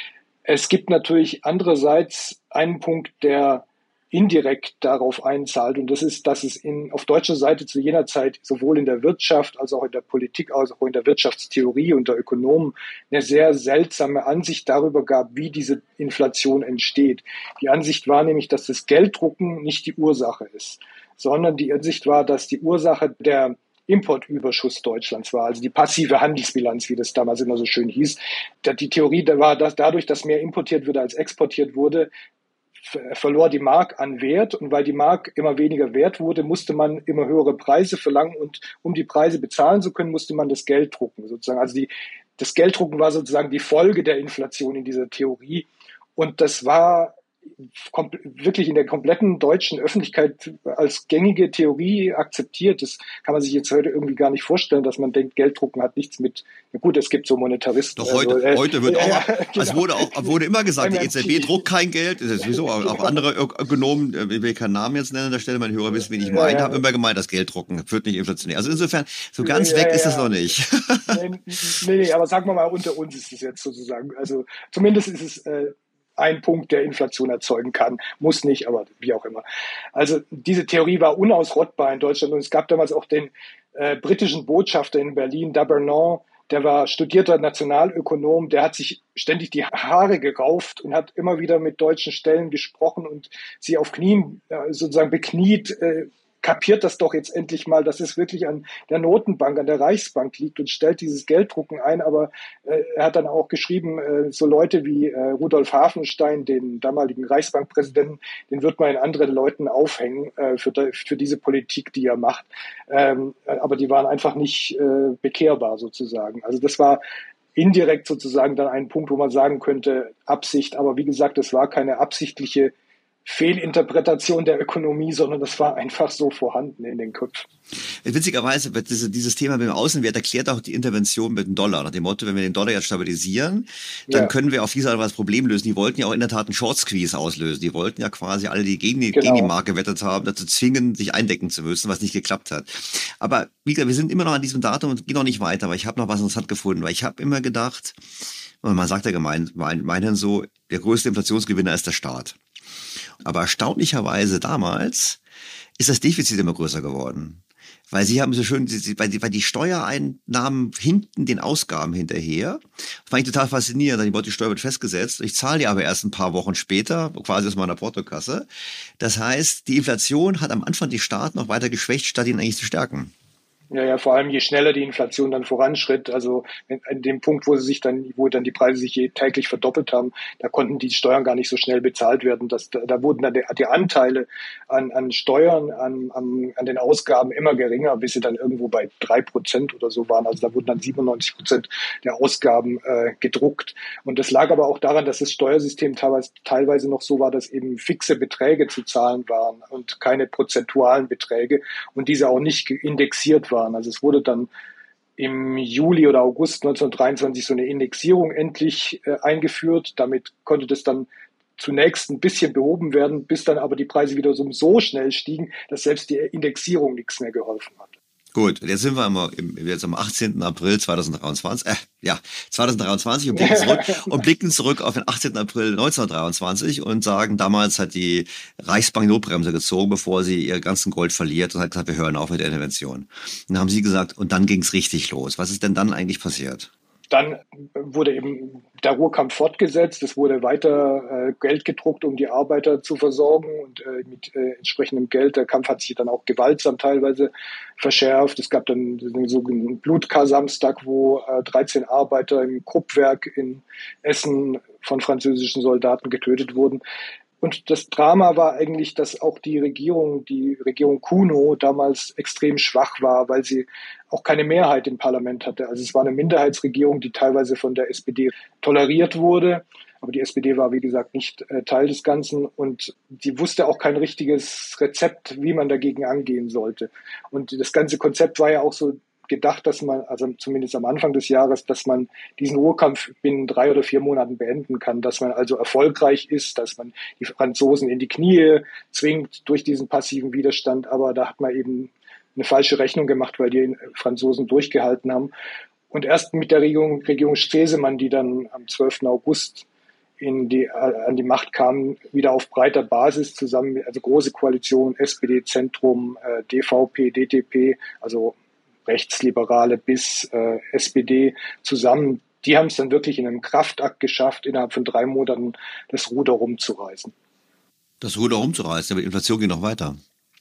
Es gibt natürlich andererseits einen Punkt, der indirekt darauf einzahlt und das ist, dass es in, auf deutscher Seite zu jener Zeit sowohl in der Wirtschaft als auch in der Politik, als auch in der Wirtschaftstheorie unter Ökonomen eine sehr seltsame Ansicht darüber gab, wie diese Inflation entsteht. Die Ansicht war nämlich, dass das Gelddrucken nicht die Ursache ist, sondern die Ansicht war, dass die Ursache der Importüberschuss Deutschlands war, also die passive Handelsbilanz, wie das damals immer so schön hieß. Die Theorie war, dass dadurch, dass mehr importiert wurde als exportiert wurde, verlor die Mark an Wert und weil die Mark immer weniger wert wurde, musste man immer höhere Preise verlangen und um die Preise bezahlen zu können, musste man das Geld drucken sozusagen. Also die, das Gelddrucken war sozusagen die Folge der Inflation in dieser Theorie und das war wirklich in der kompletten deutschen Öffentlichkeit als gängige Theorie akzeptiert. Das kann man sich jetzt heute irgendwie gar nicht vorstellen, dass man denkt, Gelddrucken hat nichts mit, ja gut, es gibt so Monetaristen. Doch heute, also, äh, heute wird auch, ja, genau. Es wurde auch, wurde immer gesagt, die E Z B druckt kein Geld, das ist sowieso, auch andere Ökonomen, ich will keinen Namen jetzt nennen an der Stelle, meine Hörer wissen, wen ich meine, ja, ja. haben immer gemeint, das Gelddrucken führt nicht inflationär. Also insofern, so ganz ja, weg ja, ist das noch nicht. Nee, nee, nee, aber sagen wir mal, unter uns ist es jetzt sozusagen, also zumindest ist es, äh, ein Punkt, der Inflation erzeugen kann. Muss nicht, aber wie auch immer. Also diese Theorie war unausrottbar in Deutschland und es gab damals auch den äh, britischen Botschafter in Berlin, D'Abernon, der war studierter Nationalökonom, der hat sich ständig die Haare gerauft und hat immer wieder mit deutschen Stellen gesprochen und sie auf Knien äh, sozusagen bekniet, äh, kapiert das doch jetzt endlich mal, dass es wirklich an der Notenbank, an der Reichsbank liegt und stellt dieses Gelddrucken ein. Aber äh, er hat dann auch geschrieben, äh, so Leute wie äh, Rudolf Hafenstein, den damaligen Reichsbankpräsidenten, den wird man in anderen Leuten aufhängen äh, für, de, für diese Politik, die er macht. Ähm, aber die waren einfach nicht äh, bekehrbar sozusagen. Also das war indirekt sozusagen dann ein Punkt, wo man sagen könnte, Absicht. Aber wie gesagt, es war keine absichtliche Fehlinterpretation der Ökonomie, sondern das war einfach so vorhanden in den Köpfen. Witzigerweise, dieses, dieses Thema mit dem Außenwert erklärt auch die Intervention mit dem Dollar. Nach dem Motto, wenn wir den Dollar jetzt stabilisieren, dann ja. können wir auf diese Art das Problem lösen. Die wollten ja auch in der Tat einen Short-Squeeze auslösen. Die wollten ja quasi alle, die gegen die, genau. gegen die Mark gewettet haben, dazu zwingen, sich eindecken zu müssen, was nicht geklappt hat. Aber wie gesagt, wir sind immer noch an diesem Datum und gehen noch nicht weiter. Aber ich habe noch was interessant gefunden, weil ich habe immer gedacht, man sagt ja gemein, meinen so, der größte Inflationsgewinner ist der Staat. Aber erstaunlicherweise damals ist das Defizit immer größer geworden. Weil Sie haben so schön, weil die, weil die Steuereinnahmen hinten den Ausgaben hinterher. Das fand ich total faszinierend. Die die Steuer wird festgesetzt. Ich zahle die aber erst ein paar Wochen später, quasi aus meiner Portokasse. Das heißt, die Inflation hat am Anfang die Staaten noch weiter geschwächt, statt ihn eigentlich zu stärken. Ja, ja, vor allem je schneller die Inflation dann voranschritt, also an dem Punkt, wo sie sich dann, wo dann die Preise sich je täglich verdoppelt haben, da konnten die Steuern gar nicht so schnell bezahlt werden. Das, da, da wurden dann die, die Anteile an, an Steuern, an, an, an den Ausgaben immer geringer, bis sie dann irgendwo bei drei Prozent oder so waren. Also da wurden dann siebenundneunzig Prozent der Ausgaben äh, gedruckt. Und das lag aber auch daran, dass das Steuersystem teilweise, teilweise noch so war, dass eben fixe Beträge zu zahlen waren und keine prozentualen Beträge und diese auch nicht indexiert waren. Also es wurde dann im Juli oder August neunzehnhundertdreiundzwanzig so eine Indexierung endlich äh, eingeführt. Damit konnte das dann zunächst ein bisschen behoben werden, bis dann aber die Preise wieder so, so schnell stiegen, dass selbst die Indexierung nichts mehr geholfen hat. Gut, jetzt sind wir immer im, jetzt am achtzehnten April zweitausenddreiundzwanzig, äh, ja, zweitausenddreiundzwanzig und blicken zurück, und blicken zurück auf den achtzehnten April neunzehnhundertdreiundzwanzig und sagen, damals hat die Reichsbank Notbremse gezogen, bevor sie ihr ganzen Gold verliert und hat gesagt, wir hören auf mit der Intervention. Und dann haben Sie gesagt, und dann ging's richtig los. Was ist denn dann eigentlich passiert? Dann wurde eben der Ruhrkampf fortgesetzt. Es wurde weiter äh, Geld gedruckt, um die Arbeiter zu versorgen und äh, mit äh, entsprechendem Geld. Der Kampf hat sich dann auch gewaltsam teilweise verschärft. Es gab dann den sogenannten Blutkar-Samstag, wo äh, dreizehn Arbeiter im Kruppwerk in Essen von französischen Soldaten getötet wurden. Und das Drama war eigentlich, dass auch die Regierung, die Regierung Kuno damals extrem schwach war, weil sie auch keine Mehrheit im Parlament hatte. Also es war eine Minderheitsregierung, die teilweise von der S P D toleriert wurde. Aber die S P D war, wie gesagt, nicht äh, Teil des Ganzen und die wusste auch kein richtiges Rezept, wie man dagegen angehen sollte. Und das ganze Konzept war ja auch so gedacht, dass man, also zumindest am Anfang des Jahres, dass man diesen Ruhrkampf binnen drei oder vier Monaten beenden kann, dass man also erfolgreich ist, dass man die Franzosen in die Knie zwingt durch diesen passiven Widerstand. Aber da hat man eben eine falsche Rechnung gemacht, weil die Franzosen durchgehalten haben. Und erst mit der Regierung, Regierung Stresemann, die dann am zwölften August in die, an die Macht kam, wieder auf breiter Basis zusammen, also große Koalition, S P D, Zentrum, äh, D V P, D T P, also Rechtsliberale bis äh, S P D zusammen, die haben es dann wirklich in einem Kraftakt geschafft, innerhalb von drei Monaten das Ruder rumzureißen. Das Ruder rumzureißen, aber die Inflation geht noch weiter.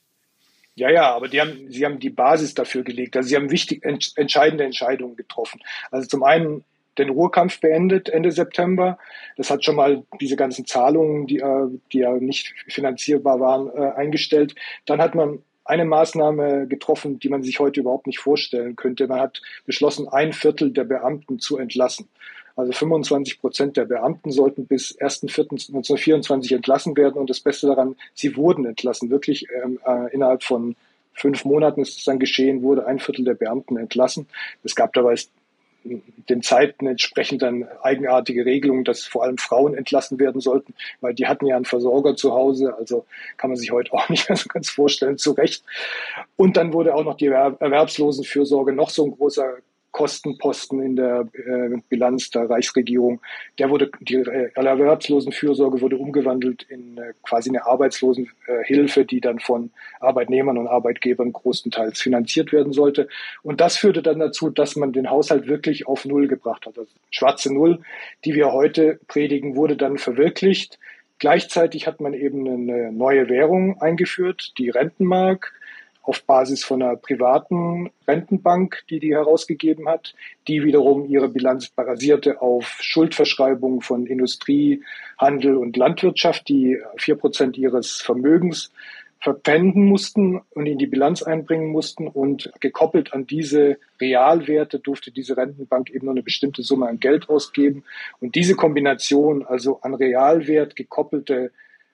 Ja, ja, aber die haben, sie haben die Basis dafür gelegt. Also sie haben wichtig, ent, entscheidende Entscheidungen getroffen. Also zum einen den Ruhrkampf beendet Ende September. Das hat schon mal diese ganzen Zahlungen, die, die ja nicht finanzierbar waren, eingestellt. Dann hat man eine Maßnahme getroffen, die man sich heute überhaupt nicht vorstellen könnte. Man hat beschlossen, ein Viertel der Beamten zu entlassen. Also fünfundzwanzig Prozent der Beamten sollten bis ersten vierten neunzehnhundertvierundzwanzig entlassen werden. Und das Beste daran, sie wurden entlassen. Wirklich ähm, äh, innerhalb von fünf Monaten ist es dann geschehen, wurde ein Viertel der Beamten entlassen. Es gab dabei den Zeiten entsprechend dann eigenartige Regelungen, dass vor allem Frauen entlassen werden sollten, weil die hatten ja einen Versorger zu Hause, also kann man sich heute auch nicht mehr so ganz vorstellen, zu Recht. Und dann wurde auch noch die Erwerbslosenfürsorge, noch so ein großer Kostenposten in der äh, Bilanz der Reichsregierung. Der wurde, die äh, Erwerbslosenfürsorge wurde umgewandelt in äh, quasi eine Arbeitslosenhilfe, die dann von Arbeitnehmern und Arbeitgebern großenteils finanziert werden sollte. Und das führte dann dazu, dass man den Haushalt wirklich auf Null gebracht hat. Also schwarze Null, die wir heute predigen, wurde dann verwirklicht. Gleichzeitig hat man eben eine neue Währung eingeführt, die Rentenmark, auf Basis von einer privaten Rentenbank, die die herausgegeben hat, die wiederum ihre Bilanz basierte auf Schuldverschreibungen von Industrie, Handel und Landwirtschaft, die vier Prozent ihres Vermögens verpfänden mussten und in die Bilanz einbringen mussten. Und gekoppelt an diese Realwerte durfte diese Rentenbank eben nur eine bestimmte Summe an Geld ausgeben. Und diese Kombination, also an Realwert gekoppelte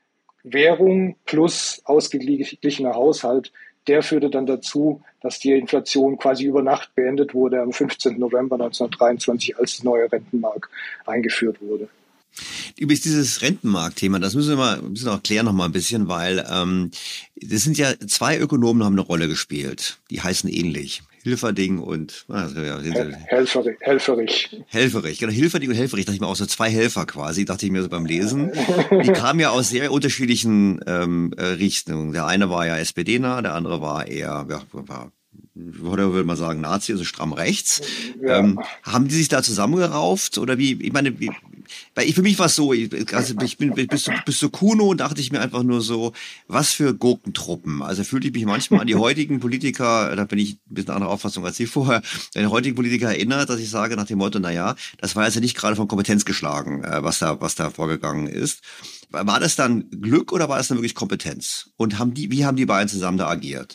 Währung plus ausgeglichener Haushalt, der führte dann dazu, dass die Inflation quasi über Nacht beendet wurde am fünfzehnten November neunzehnhundertdreiundzwanzig, als die neue Rentenmark eingeführt wurde. Übrigens dieses Rentenmarktthema, das müssen wir mal müssen wir auch klären noch mal ein bisschen, weil ähm, das sind ja zwei Ökonomen haben eine Rolle gespielt, die heißen ähnlich. Hilferding und also, ja, Hel- Helferich. Helferich. Helferich, genau, Hilferding und Helferich, dachte ich mir auch so zwei Helfer quasi, dachte ich mir so beim Lesen. Die kamen ja aus sehr unterschiedlichen ähm, Richtungen. Der eine war ja S P D-nah, der andere war eher, ja, war oder würde man sagen Nazi, also stramm rechts. Ja. Ähm, haben die sich da zusammengerauft oder wie, ich meine, wie, weil ich, für mich war es so, ich, also ich bin bis zu, bis zu Kuno dachte ich mir einfach nur so, was für Gurkentruppen. Also fühlte ich mich manchmal an die heutigen Politiker, da bin ich ein bisschen anderer Auffassung als Sie vorher, an die heutigen Politiker erinnert, dass ich sage nach dem Motto, na ja, das war jetzt ja nicht gerade von Kompetenz geschlagen, was da, was da vorgegangen ist. War das dann Glück oder war das dann wirklich Kompetenz? Und haben die, wie haben die beiden zusammen da agiert?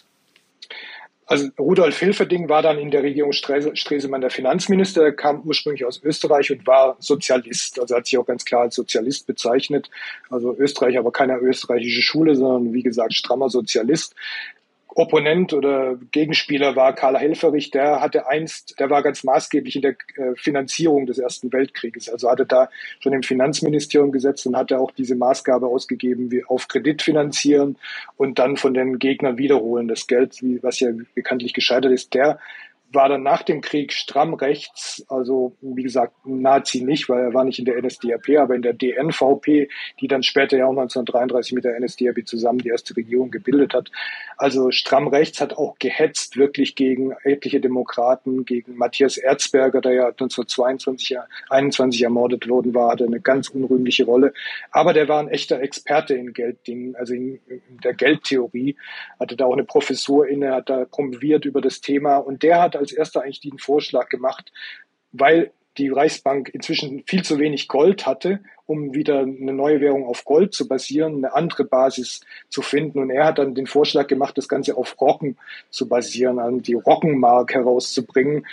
Also Rudolf Hilferding war dann in der Regierung Stresemann der Finanzminister. Er kam ursprünglich aus Österreich und war Sozialist. Also er hat sich auch ganz klar als Sozialist bezeichnet. Also Österreich, aber keine österreichische Schule, sondern wie gesagt strammer Sozialist. Opponent oder Gegenspieler war Karl Helfferich, der hatte einst, der war ganz maßgeblich in der äh, Finanzierung des Ersten Weltkrieges. Also hatte da schon im Finanzministerium gesetzt und hatte auch diese Maßgabe ausgegeben, wie auf Kredit finanzieren und dann von den Gegnern wiederholen das Geld, wie, was ja bekanntlich gescheitert ist. Der war dann nach dem Krieg stramm rechts, also wie gesagt Nazi nicht, weil er war nicht in der N S D A P, aber in der D N V P, die dann später ja auch neunzehnhundertdreiunddreißig mit der N S D A P zusammen die erste Regierung gebildet hat. Also stramm rechts, hat auch gehetzt wirklich gegen etliche Demokraten, gegen Matthias Erzberger, der ja neunzehnhundertzweiundzwanzig, einundzwanzig ermordet worden war, hatte eine ganz unrühmliche Rolle. Aber der war ein echter Experte in Gelddingen, also in, in der Geldtheorie, hatte da auch eine Professur inne, hat da promoviert über das Thema und der hat als erster eigentlich den Vorschlag gemacht, weil die Reichsbank inzwischen viel zu wenig Gold hatte, um wieder eine neue Währung auf Gold zu basieren, eine andere Basis zu finden. Und er hat dann den Vorschlag gemacht, das Ganze auf Rocken zu basieren, also die Rockenmark herauszubringen,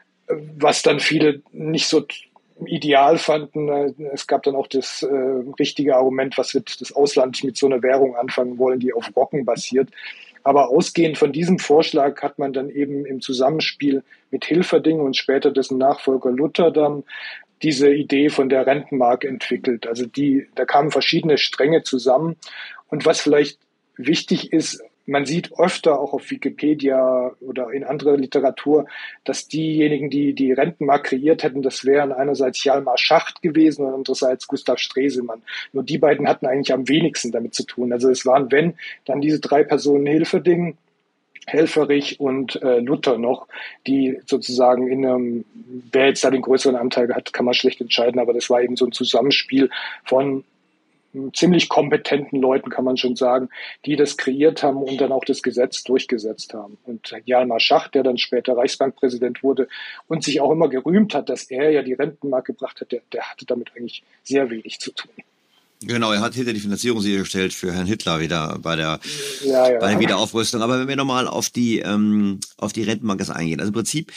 was dann viele nicht so ideal fanden. Es gab dann auch das äh, richtige Argument, was wird das Ausland mit so einer Währung anfangen wollen, die auf Rocken basiert. Aber ausgehend von diesem Vorschlag hat man dann eben im Zusammenspiel mit Hilferding und später dessen Nachfolger Luther dann diese Idee von der Rentenmark entwickelt. Also die, da kamen verschiedene Stränge zusammen. Und was vielleicht wichtig ist, man sieht öfter auch auf Wikipedia oder in anderer Literatur, dass diejenigen, die die Rentenmark kreiert hätten, das wären einerseits Hjalmar Schacht gewesen und andererseits Gustav Stresemann. Nur die beiden hatten eigentlich am wenigsten damit zu tun. Also es waren, wenn, dann diese drei Personen Hilferding, Helfferich und äh, Luther noch, die sozusagen in einem, wer jetzt da den größeren Anteil hat, kann man schlecht entscheiden, aber das war eben so ein Zusammenspiel von ziemlich kompetenten Leuten, kann man schon sagen, die das kreiert haben und dann auch das Gesetz durchgesetzt haben. Und Hjalmar Schacht, der dann später Reichsbankpräsident wurde und sich auch immer gerühmt hat, dass er ja die Rentenmark gebracht hat, der, der hatte damit eigentlich sehr wenig zu tun. Genau, er hat hinter die Finanzierung sichergestellt für Herrn Hitler wieder bei der, ja, ja. bei der Wiederaufrüstung. Aber wenn wir nochmal auf die, ähm, auf die Rentenmark eingehen. Also im Prinzip,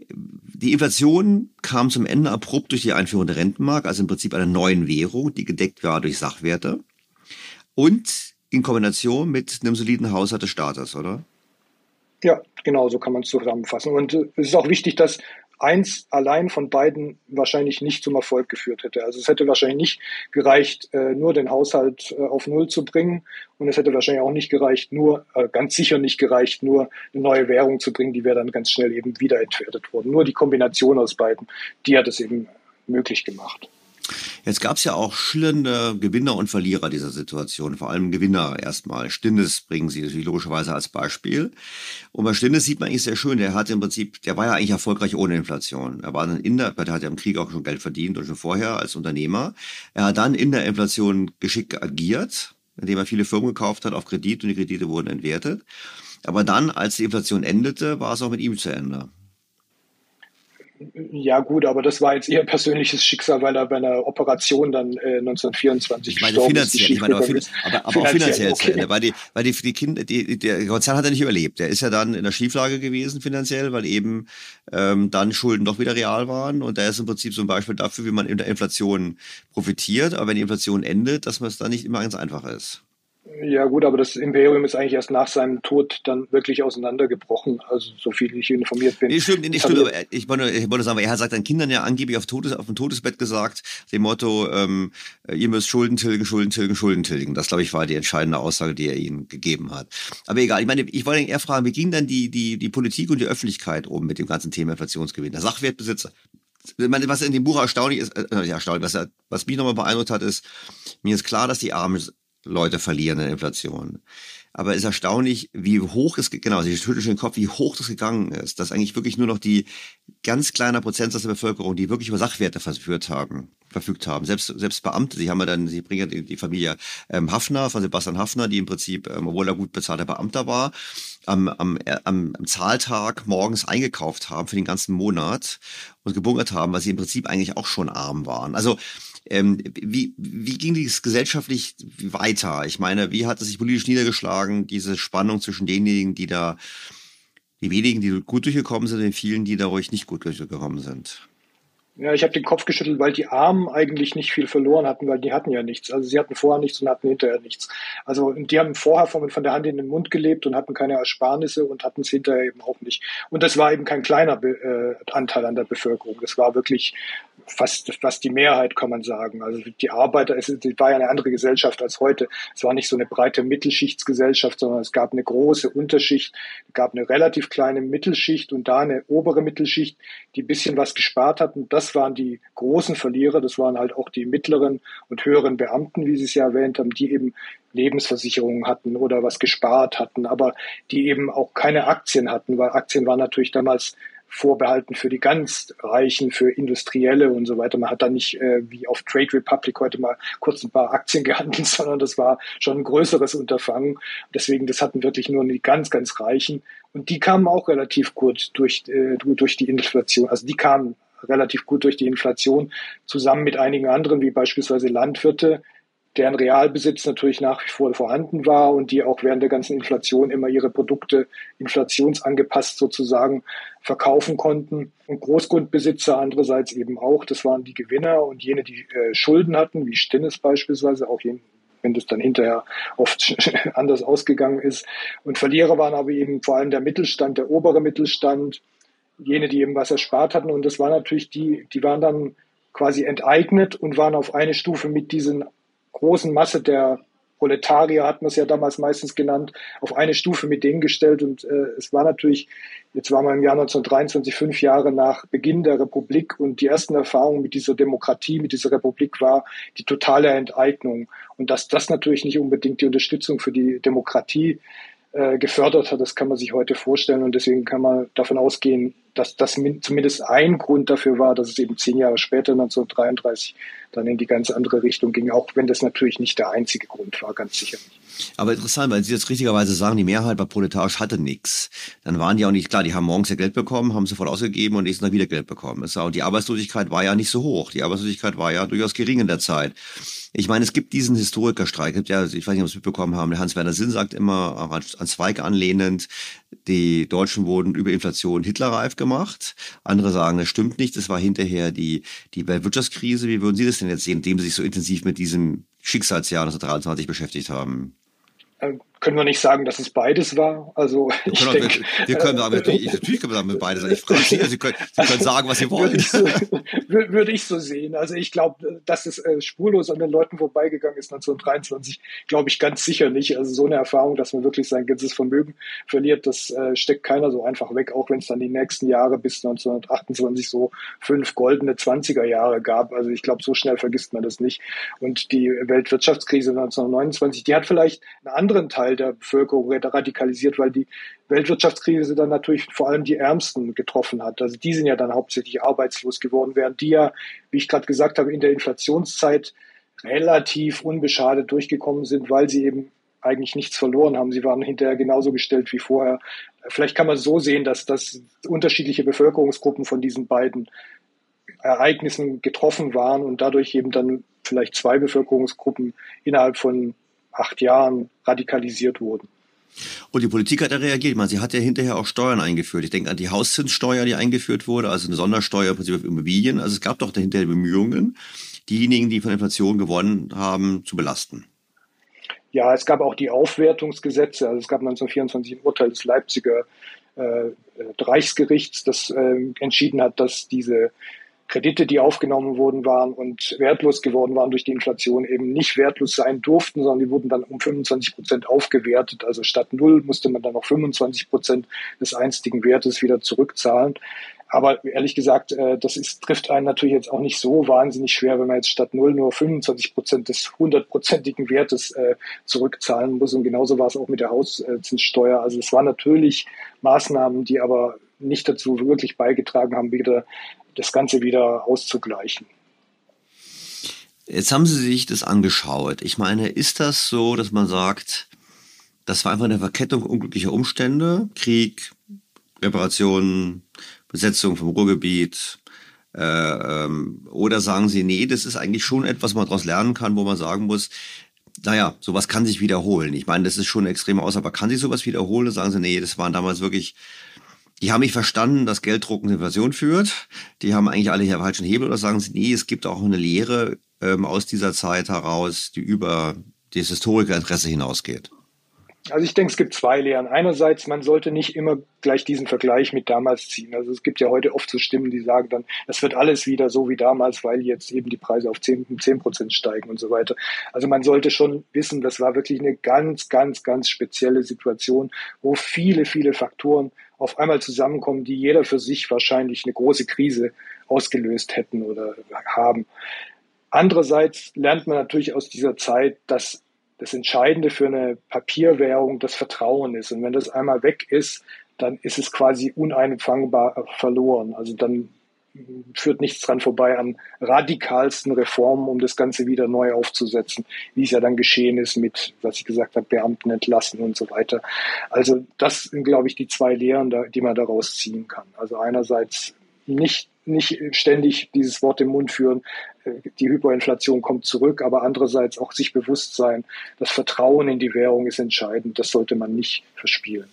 die Inflation kam zum Ende abrupt durch die Einführung der Rentenmark, also im Prinzip einer neuen Währung, die gedeckt war durch Sachwerte und in Kombination mit einem soliden Haushalt des Staates, oder? Ja, genau, so kann man es zusammenfassen. Und äh, es ist auch wichtig, dass eins allein von beiden wahrscheinlich nicht zum Erfolg geführt hätte. Also es hätte wahrscheinlich nicht gereicht, äh, nur den Haushalt äh, auf Null zu bringen. Und es hätte wahrscheinlich auch nicht gereicht, nur, äh, ganz sicher nicht gereicht, nur eine neue Währung zu bringen, die wäre dann ganz schnell eben wieder entwertet worden. Nur die Kombination aus beiden, die hat es eben möglich gemacht. Jetzt gab es ja auch schillernde Gewinner und Verlierer dieser Situation, vor allem Gewinner erstmal. Stinnes bringen Sie logischerweise als Beispiel. Und bei Stinnes sieht man eigentlich sehr schön, der hat im Prinzip, der war ja eigentlich erfolgreich ohne Inflation. Er war dann in der, der hat ja im Krieg auch schon Geld verdient und schon vorher als Unternehmer. Er hat dann in der Inflation geschickt agiert, indem er viele Firmen gekauft hat auf Kredit und die Kredite wurden entwertet. Aber dann, als die Inflation endete, war es auch mit ihm zu Ende. Ja gut, aber das war jetzt eher persönliches Schicksal, weil er bei einer Operation dann äh, neunzehnhundertvierundzwanzig ich meine, gestorben finanziell, ist. Ich meine, aber, fin aber, aber auch finanziell okay. zu Ende, weil die, weil die, die Kinder, die, der Konzern hat er nicht überlebt. Der ist ja dann in der Schieflage gewesen finanziell, weil eben ähm, dann Schulden doch wieder real waren und da ist im Prinzip so ein Beispiel dafür, wie man in der Inflation profitiert, aber wenn die Inflation endet, dass man es dann nicht immer ganz einfach ist. Ja gut, aber das Imperium ist eigentlich erst nach seinem Tod dann wirklich auseinandergebrochen, also so viel ich informiert bin. Nee, stimmt, nee, stimmt, aber ich wollte, ich wollte sagen, er hat seinen Kindern ja angeblich auf, Todes, auf dem Todesbett gesagt, dem Motto, ähm, ihr müsst Schulden tilgen, Schulden tilgen, Schulden tilgen. Das, glaube ich, war die entscheidende Aussage, die er ihnen gegeben hat. Aber egal, ich meine, ich wollte eher fragen, wie ging dann die, die, die Politik und die Öffentlichkeit um mit dem ganzen Thema Inflationsgewinn? Der Sachwertbesitzer. Ich meine, was in dem Buch erstaunlich ist, äh, ja, erstaunlich, was, was mich nochmal beeindruckt hat, ist, mir ist klar, dass die Armen Leute verlieren in der Inflation. Aber es ist erstaunlich, wie hoch es, genau, Sie schütteln schon den Kopf, wie hoch das gegangen ist, dass eigentlich wirklich nur noch die ganz kleiner Prozentsatz der Bevölkerung, die wirklich über Sachwerte verführt haben, verfügt haben. Selbst, selbst Beamte, Sie haben ja dann, Sie bringen die, die Familie ähm, Haffner, von Sebastian Haffner, die im Prinzip, ähm, obwohl er gut bezahlter Beamter war, am, am, äh, am, am Zahltag morgens eingekauft haben für den ganzen Monat und gebunkert haben, weil sie im Prinzip eigentlich auch schon arm waren. Also, Ähm, wie, wie ging dies gesellschaftlich weiter? Ich meine, wie hat es sich politisch niedergeschlagen, diese Spannung zwischen denjenigen, die da, die wenigen, die gut durchgekommen sind, und den vielen, die da ruhig nicht gut durchgekommen sind? Ja, ich habe den Kopf geschüttelt, weil die Armen eigentlich nicht viel verloren hatten, weil die hatten ja nichts. Also sie hatten vorher nichts und hatten hinterher nichts. Also die haben vorher von, von der Hand in den Mund gelebt und hatten keine Ersparnisse und hatten es hinterher eben auch nicht. Und das war eben kein kleiner Be- äh, Anteil an der Bevölkerung. Das war wirklich fast, fast die Mehrheit, kann man sagen. Also die Arbeiter, es war ja eine andere Gesellschaft als heute. Es war nicht so eine breite Mittelschichtsgesellschaft, sondern es gab eine große Unterschicht, es gab eine relativ kleine Mittelschicht und da eine obere Mittelschicht, die ein bisschen was gespart hatten. Das Das waren die großen Verlierer, das waren halt auch die mittleren und höheren Beamten, wie Sie es ja erwähnt haben, die eben Lebensversicherungen hatten oder was gespart hatten, aber die eben auch keine Aktien hatten, weil Aktien waren natürlich damals vorbehalten für die ganz Reichen, für Industrielle und so weiter. Man hat da nicht äh, wie auf Trade Republic heute mal kurz ein paar Aktien gehandelt, sondern das war schon ein größeres Unterfangen. Deswegen, das hatten wirklich nur die ganz, ganz Reichen. Und die kamen auch relativ gut durch, äh, durch die Inflation. Also die kamen relativ gut durch die Inflation, zusammen mit einigen anderen, wie beispielsweise Landwirte, deren Realbesitz natürlich nach wie vor vorhanden war und die auch während der ganzen Inflation immer ihre Produkte inflationsangepasst sozusagen verkaufen konnten. Und Großgrundbesitzer andererseits eben auch, das waren die Gewinner und jene, die äh, Schulden hatten, wie Stinnes beispielsweise, auch jene, wenn das dann hinterher oft anders ausgegangen ist. Und Verlierer waren aber eben vor allem der Mittelstand, der obere Mittelstand, jene, die eben was erspart hatten. Und das waren natürlich die, die waren dann quasi enteignet und waren auf eine Stufe mit diesen großen Masse der Proletarier, hat man es ja damals meistens genannt, auf eine Stufe mit denen gestellt. Und äh, es war natürlich, jetzt waren wir im Jahr neunzehnhundertdreiundzwanzig, fünf Jahre nach Beginn der Republik und die ersten Erfahrungen mit dieser Demokratie, mit dieser Republik war die totale Enteignung. Und dass das natürlich nicht unbedingt die Unterstützung für die Demokratie äh, gefördert hat, das kann man sich heute vorstellen. Und deswegen kann man davon ausgehen, dass das zumindest ein Grund dafür war, dass es eben zehn Jahre später, neunzehnhundertdreiunddreißig, dann in die ganz andere Richtung ging, auch wenn das natürlich nicht der einzige Grund war, ganz sicher nicht. Aber interessant, weil Sie jetzt richtigerweise sagen, die Mehrheit bei proletarisch hatte nichts. Dann waren die auch nicht, klar, die haben morgens ja Geld bekommen, haben sofort ausgegeben und nächsten Tag wieder Geld bekommen. Und die Arbeitslosigkeit war ja nicht so hoch. Die Arbeitslosigkeit war ja durchaus gering in der Zeit. Ich meine, es gibt diesen Historikerstreik, gibt ja, ich weiß nicht, ob Sie es mitbekommen haben, der Hans-Werner Sinn sagt immer, auch an Zweig anlehnend, die Deutschen wurden über Inflation hitlerreif gemacht. Andere sagen, das stimmt nicht, das war hinterher die, die Weltwirtschaftskrise. Wie würden Sie das denn jetzt sehen, indem Sie sich so intensiv mit diesem Schicksalsjahr neunzehnhundertdreiundzwanzig beschäftigt haben? Können wir nicht sagen, dass es beides war? Also wir ich können, denke, wir, wir können sagen, natürlich, natürlich können wir sagen, mit beides. Ich frage Sie, Sie können, Sie können sagen, was Sie wollen. Würde ich so, würde ich so sehen. Also ich glaube, dass es äh, spurlos an den Leuten vorbeigegangen ist neunzehnhundertdreiundzwanzig, glaube ich ganz sicher nicht. Also so eine Erfahrung, dass man wirklich sein ganzes Vermögen verliert, das äh, steckt keiner so einfach weg, auch wenn es dann die nächsten Jahre bis neunzehnhundertachtundzwanzig so fünf goldene zwanziger Jahre gab. Also ich glaube, so schnell vergisst man das nicht. Und die Weltwirtschaftskrise neunzehnhundertneunundzwanzig, die hat vielleicht einen anderen Teil der Bevölkerung radikalisiert, weil die Weltwirtschaftskrise dann natürlich vor allem die Ärmsten getroffen hat. Also die sind ja dann hauptsächlich arbeitslos geworden, während die ja, wie ich gerade gesagt habe, in der Inflationszeit relativ unbeschadet durchgekommen sind, weil sie eben eigentlich nichts verloren haben. Sie waren hinterher genauso gestellt wie vorher. Vielleicht kann man so sehen, dass das unterschiedliche Bevölkerungsgruppen von diesen beiden Ereignissen getroffen waren und dadurch eben dann vielleicht zwei Bevölkerungsgruppen innerhalb von acht Jahren radikalisiert wurden. Und die Politik hat ja reagiert. Ich meine, sie hat ja hinterher auch Steuern eingeführt. Ich denke an die Hauszinssteuer, die eingeführt wurde, also eine Sondersteuer im Prinzip auf Immobilien. Also es gab doch dahinter Bemühungen, diejenigen, die von Inflation gewonnen haben, zu belasten. Ja, es gab auch die Aufwertungsgesetze. Also es gab neunzehnhundertvierundzwanzig ein Urteil des Leipziger äh, Reichsgerichts, das äh, entschieden hat, dass diese Kredite, die aufgenommen wurden waren und wertlos geworden waren durch die Inflation, eben nicht wertlos sein durften, sondern die wurden dann um fünfundzwanzig Prozent aufgewertet. Also statt null musste man dann noch fünfundzwanzig Prozent des einstigen Wertes wieder zurückzahlen. Aber ehrlich gesagt, das ist, trifft einen natürlich jetzt auch nicht so wahnsinnig schwer, wenn man jetzt statt null nur fünfundzwanzig Prozent des hundertprozentigen Wertes äh, zurückzahlen muss. Und genauso war es auch mit der Hauszinssteuer. Also es waren natürlich Maßnahmen, die aber nicht dazu wirklich beigetragen haben, wieder das Ganze wieder auszugleichen. Jetzt haben Sie sich das angeschaut. Ich meine, ist das so, dass man sagt, das war einfach eine Verkettung unglücklicher Umstände, Krieg, Reparationen, Besetzung vom Ruhrgebiet, äh, ähm, oder sagen Sie, nee, das ist eigentlich schon etwas, was man daraus lernen kann, wo man sagen muss, naja, sowas kann sich wiederholen. Ich meine, das ist schon eine extreme Aussage, aber kann sich sowas wiederholen? Sagen Sie, nee, das waren damals wirklich, die haben nicht verstanden, dass Gelddruck eine Inflation führt. Die haben eigentlich alle hier falschen Hebel. Oder sagen Sie, nee, es gibt auch eine Lehre ähm, aus dieser Zeit heraus, die über das Historikerinteresse hinausgeht? Also ich denke, es gibt zwei Lehren. Einerseits, man sollte nicht immer gleich diesen Vergleich mit damals ziehen. Also es gibt ja heute oft so Stimmen, die sagen dann, es wird alles wieder so wie damals, weil jetzt eben die Preise auf zehn Prozent steigen und so weiter. Also man sollte schon wissen, das war wirklich eine ganz, ganz, ganz spezielle Situation, wo viele, viele Faktoren auf einmal zusammenkommen, die jeder für sich wahrscheinlich eine große Krise ausgelöst hätten oder haben. Andererseits lernt man natürlich aus dieser Zeit, dass das Entscheidende für eine Papierwährung das Vertrauen ist. Und wenn das einmal weg ist, dann ist es quasi uneinfangbar verloren. Also dann führt nichts dran vorbei an radikalsten Reformen, um das Ganze wieder neu aufzusetzen, wie es ja dann geschehen ist mit, was ich gesagt habe, Beamten entlassen und so weiter. Also das sind, glaube ich, die zwei Lehren, die man daraus ziehen kann. Also einerseits nicht nicht ständig dieses Wort im Mund führen, die Hyperinflation kommt zurück, aber andererseits auch sich bewusst sein, das Vertrauen in die Währung ist entscheidend, das sollte man nicht verspielen.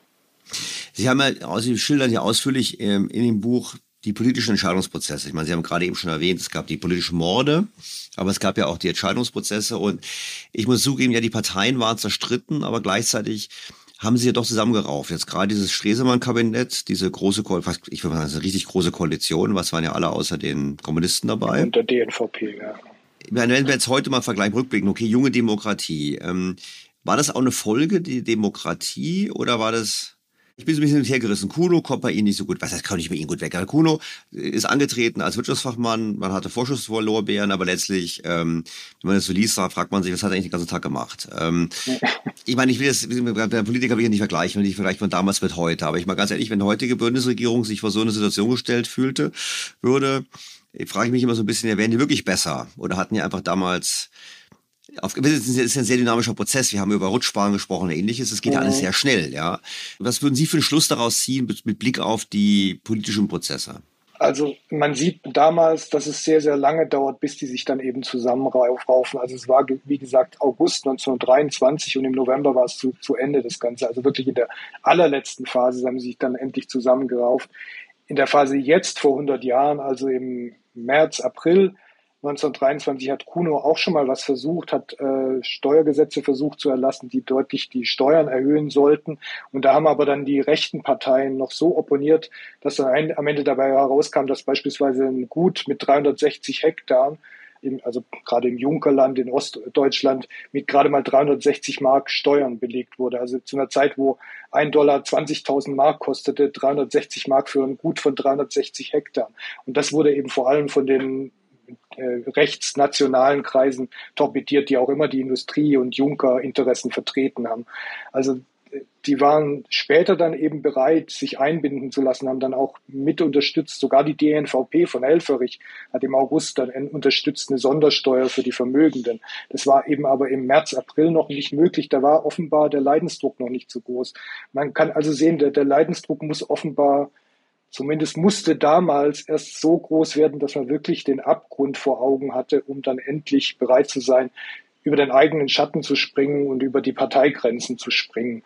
Sie haben ja, Sie schildern ja ausführlich in dem Buch die politischen Entscheidungsprozesse. Ich meine, Sie haben gerade eben schon erwähnt, es gab die politischen Morde, aber es gab ja auch die Entscheidungsprozesse und ich muss zugeben, ja, die Parteien waren zerstritten, aber gleichzeitig haben sie ja doch zusammengerauft. Jetzt gerade dieses Stresemann-Kabinett, diese große, ich würde mal sagen, eine richtig große Koalition, was waren ja alle außer den Kommunisten dabei. Und der D N V P, ja. Wenn wir jetzt heute mal vergleichen, rückblicken, okay, junge Demokratie, ähm, war das auch eine Folge, die Demokratie, oder war das... Ich bin so ein bisschen hergerissen. Kuno kommt bei Ihnen nicht so gut. Was heißt, kann ich bei Ihnen gut weg? Kuno ist angetreten als Wirtschaftsfachmann. Man hatte Vorschusslorbeeren, aber letztlich, ähm, wenn man das so liest, fragt man sich, was hat er eigentlich den ganzen Tag gemacht? Ähm, ich meine, ich will das, mit der Politiker will ich nicht vergleichen, wenn ich vergleiche von damals mit heute. Aber ich mal ganz ehrlich, wenn die heutige Bundesregierung sich vor so eine Situation gestellt fühlte, würde, frage ich mich immer so ein bisschen, ja, wären die wirklich besser? Oder hatten die einfach damals... Auf, es ist ein sehr dynamischer Prozess. Wir haben über Rutschbahn gesprochen und Ähnliches. Es geht ja alles sehr schnell, ja. Was würden Sie für einen Schluss daraus ziehen mit, mit Blick auf die politischen Prozesse? Also man sieht damals, dass es sehr, sehr lange dauert, bis die sich dann eben zusammenraufen. Also es war, wie gesagt, August neunzehnhundertdreiundzwanzig und im November war es zu, zu Ende das Ganze. Also wirklich in der allerletzten Phase haben sie sich dann endlich zusammengerauft. In der Phase jetzt vor hundert Jahren, also im März, April neunzehnhundertdreiundzwanzig, hat Kuno auch schon mal was versucht, hat äh, Steuergesetze versucht zu erlassen, die deutlich die Steuern erhöhen sollten. Und da haben aber dann die rechten Parteien noch so opponiert, dass dann ein, am Ende dabei herauskam, dass beispielsweise ein Gut mit dreihundertsechzig Hektar, im, also gerade im Junkerland, in Ostdeutschland, mit gerade mal dreihundertsechzig Mark Steuern belegt wurde. Also zu einer Zeit, wo ein Dollar zwanzigtausend Mark kostete, dreihundertsechzig Mark für ein Gut von dreihundertsechzig Hektar. Und das wurde eben vor allem von den Äh, rechtsnationalen Kreisen torpediert, die auch immer die Industrie- und Juncker-Interessen vertreten haben. Also die waren später dann eben bereit, sich einbinden zu lassen, haben dann auch mit unterstützt, sogar die D N V P von Helfferich hat im August dann unterstützt eine Sondersteuer für die Vermögenden. Das war eben aber im März, April noch nicht möglich, da war offenbar der Leidensdruck noch nicht so groß. Man kann also sehen, der, der Leidensdruck muss offenbar Zumindest musste damals erst so groß werden, dass man wirklich den Abgrund vor Augen hatte, um dann endlich bereit zu sein, über den eigenen Schatten zu springen und über die Parteigrenzen zu springen.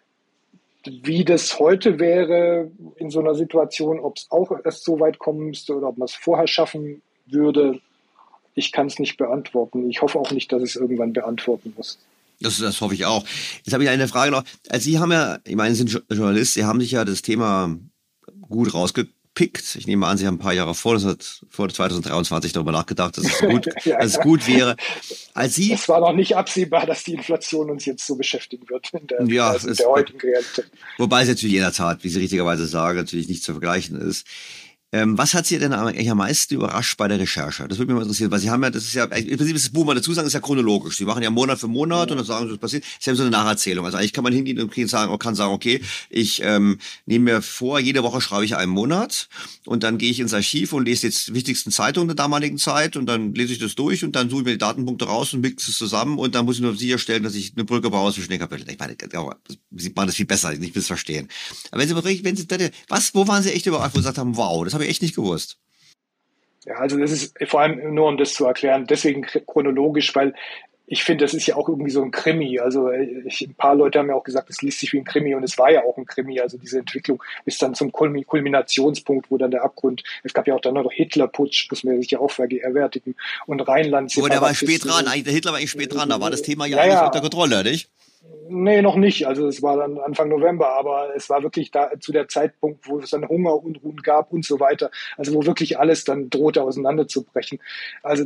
Wie das heute wäre in so einer Situation, ob es auch erst so weit kommen müsste oder ob man es vorher schaffen würde, ich kann es nicht beantworten. Ich hoffe auch nicht, dass ich es irgendwann beantworten muss. Das, das hoffe ich auch. Jetzt habe ich eine Frage noch. Also Sie haben ja, ich meine, Sie sind Journalist, Sie haben sich ja das Thema gut rausgetragen gepickt. Ich nehme an, Sie haben ein paar Jahre vor, vor zwanzig dreiundzwanzig darüber nachgedacht, dass es gut, ja, dass es gut wäre. Als Sie, es war noch nicht absehbar, dass die Inflation uns jetzt so beschäftigen wird in der, ja, also in der heutigen Realität. Wobei es natürlich in der Tat, wie Sie richtigerweise sagen, natürlich nicht zu vergleichen ist. Ähm, was hat Sie denn eigentlich am meisten überrascht bei der Recherche? Das würde mich mal interessieren, weil Sie haben ja, das ist ja, im Prinzip ist das Buch, mal dazu sagen, ist ja chronologisch. Sie machen ja Monat für Monat, ja, und dann sagen Sie, was passiert. Sie haben so eine Nacherzählung. Also eigentlich kann man hingehen und sagen, kann sagen, okay, ich ähm, nehme mir vor, jede Woche schreibe ich einen Monat und dann gehe ich ins Archiv und lese jetzt die wichtigsten Zeitungen der damaligen Zeit und dann lese ich das durch und dann suche ich mir die Datenpunkte raus und mixe es zusammen und dann muss ich nur sicherstellen, dass ich eine Brücke baue zwischen den Kapiteln. Ich meine, Sie machen das viel besser, ich will es verstehen. Aber wenn Sie, wenn Sie, was, wo waren Sie echt überrascht, wo Sie gesagt haben, wow, das habe ich echt nicht gewusst? Ja, also das ist vor allem nur, um das zu erklären, deswegen chronologisch, weil ich finde, das ist ja auch irgendwie so ein Krimi. Also ich, ein paar Leute haben ja auch gesagt, es liest sich wie ein Krimi und es war ja auch ein Krimi. Also diese Entwicklung ist dann zum Kulminationspunkt, wo dann der Abgrund, es gab ja auch dann noch Hitlerputsch, muss man sich ja auch vergegenwärtigen, und Rheinland. Aber der war spät dran, der Hitler war eigentlich spät dran, da war das Thema ja, ja eigentlich ja. unter Kontrolle, nicht? Nee, noch nicht. Also es war dann Anfang November, aber es war wirklich da zu der Zeitpunkt, wo es dann Hungerunruhen gab und so weiter. Also wo wirklich alles dann drohte auseinanderzubrechen. Also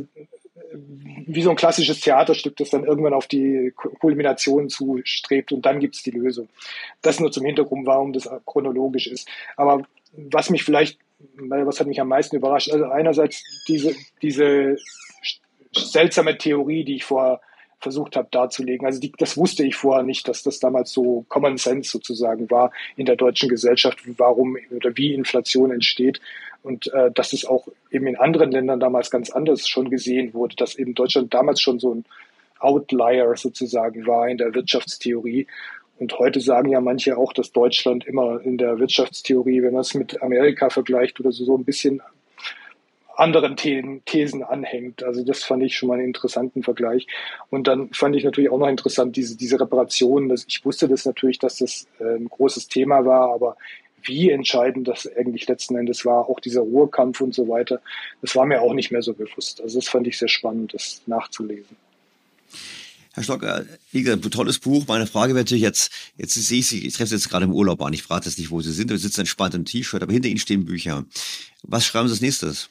wie so ein klassisches Theaterstück, das dann irgendwann auf die Kulmination zustrebt und dann gibt es die Lösung. Das nur zum Hintergrund, warum das chronologisch ist. Aber was mich vielleicht, was hat mich am meisten überrascht? Also einerseits diese, diese seltsame Theorie, die ich vorher versucht habe darzulegen. Also die, das wusste ich vorher nicht, dass das damals so Common Sense sozusagen war in der deutschen Gesellschaft, warum oder wie Inflation entsteht und äh, dass es auch eben in anderen Ländern damals ganz anders schon gesehen wurde, dass eben Deutschland damals schon so ein Outlier sozusagen war in der Wirtschaftstheorie. Und heute sagen ja manche auch, dass Deutschland immer in der Wirtschaftstheorie, wenn man es mit Amerika vergleicht oder so, so ein bisschen anderen Thesen anhängt. Also das fand ich schon mal einen interessanten Vergleich. Und dann fand ich natürlich auch noch interessant, diese, diese Reparationen. Dass ich wusste das natürlich, dass das äh, ein großes Thema war, aber wie entscheidend das eigentlich letzten Endes war, auch dieser Ruhrkampf und so weiter, das war mir auch nicht mehr so bewusst. Also das fand ich sehr spannend, das nachzulesen. Herr Stocker, wie gesagt, ein tolles Buch. Meine Frage wäre natürlich jetzt, jetzt sehe ich Sie, ich treffe Sie jetzt gerade im Urlaub an. Ich frage jetzt nicht, wo Sie sind, Sie sitzen entspannt im T-Shirt, aber hinter Ihnen stehen Bücher. Was schreiben Sie als nächstes?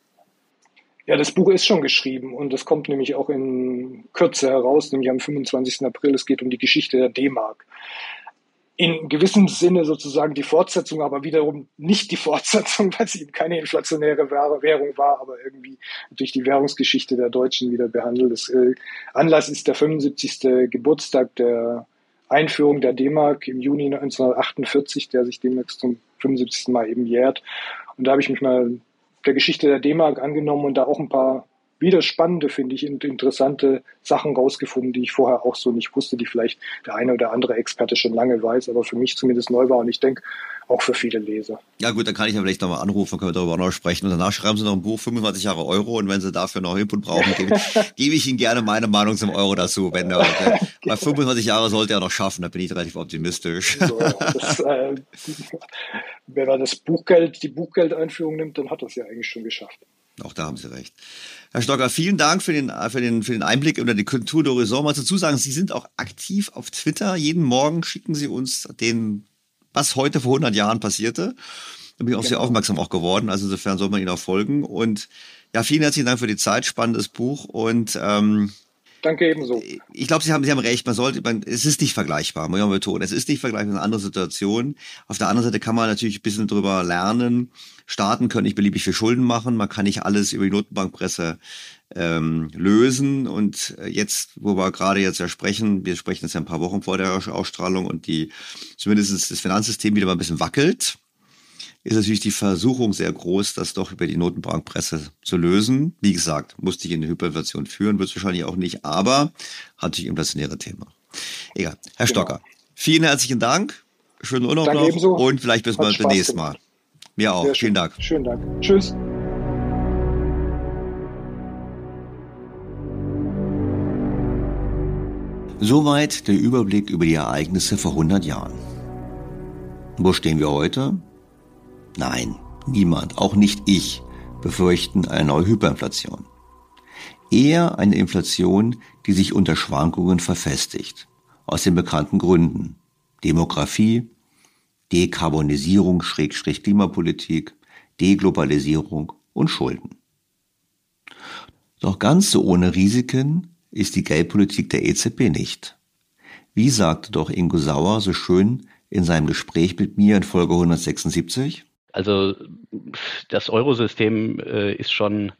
Ja, das Buch ist schon geschrieben und das kommt nämlich auch in Kürze heraus, nämlich am fünfundzwanzigsten April. Es geht um die Geschichte der D-Mark. In gewissem Sinne sozusagen die Fortsetzung, aber wiederum nicht die Fortsetzung, weil sie eben keine inflationäre Währung war, aber irgendwie durch die Währungsgeschichte der Deutschen wieder behandelt. Das äh, Anlass ist der fünfundsiebzigste Geburtstag der Einführung der D-Mark im Juni neunzehnhundertachtundvierzig, der sich demnächst zum fünfundsiebzigsten Mal eben jährt. Und da habe ich mich mal der Geschichte der D-Mark angenommen und da auch ein paar wieder spannende, finde ich, interessante Sachen rausgefunden, die ich vorher auch so nicht wusste, die vielleicht der eine oder andere Experte schon lange weiß, aber für mich zumindest neu war und ich denke auch für viele Leser. Ja gut, dann kann ich ja vielleicht nochmal anrufen, können wir darüber noch sprechen und danach schreiben Sie noch ein Buch, fünfundzwanzig Jahre Euro, und wenn Sie dafür noch Input brauchen, gebe, gebe ich Ihnen gerne meine Meinung zum Euro dazu. Wenn der, bei fünfundzwanzig Jahre sollte er noch schaffen, da bin ich relativ optimistisch. So, das, äh, wenn man das Buchgeld, die Buchgeldeinführung nimmt, dann hat er es ja eigentlich schon geschafft. Auch da haben Sie recht. Herr Stocker, vielen Dank für den, für den, für den Einblick unter die Kultur d'Horizon. Mal dazu sagen, Sie sind auch aktiv auf Twitter. Jeden Morgen schicken Sie uns den, was heute vor hundert Jahren passierte. Da bin ich auch sehr aufmerksam auch geworden. Also insofern soll man Ihnen auch folgen. Und ja, vielen herzlichen Dank für die Zeit. Spannendes Buch. Und ähm, danke ebenso. Ich glaube, Sie haben, Sie haben recht. Man sollte, man, es ist nicht vergleichbar. Muss ich mal betonen. Es ist nicht vergleichbar mit einer anderen Situation. Auf der anderen Seite kann man natürlich ein bisschen drüber lernen. Staaten können nicht beliebig viel Schulden machen. Man kann nicht alles über die Notenbankpresse ähm, lösen. Und jetzt, wo wir gerade jetzt ja sprechen, wir sprechen jetzt ja ein paar Wochen vor der Ausstrahlung und die zumindest das Finanzsystem wieder mal ein bisschen wackelt, ist natürlich die Versuchung sehr groß, das doch über die Notenbankpresse zu lösen. Wie gesagt, musste ich in eine Hyperinflation führen, wird es wahrscheinlich auch nicht, aber hat natürlich inflationäre Thema. Egal. Herr genau. Stocker, vielen herzlichen Dank. Schönen Urlaub Danke noch ebenso. Und vielleicht bis mal demnächst mal. Mir auch. Vielen Dank. Schönen Dank. Tschüss. Soweit der Überblick über die Ereignisse vor hundert Jahren. Wo stehen wir heute? Nein, niemand, auch nicht ich, befürchten eine neue Hyperinflation. Eher eine Inflation, die sich unter Schwankungen verfestigt. Aus den bekannten Gründen. Demografie, Dekarbonisierung, Schrägstrich Klimapolitik, Deglobalisierung und Schulden. Doch ganz so ohne Risiken ist die Geldpolitik der E Z B nicht. Wie sagte doch Ingo Sauer so schön in seinem Gespräch mit mir in Folge hundertsechsundsiebzig? Also das Eurosystem äh, ist schon,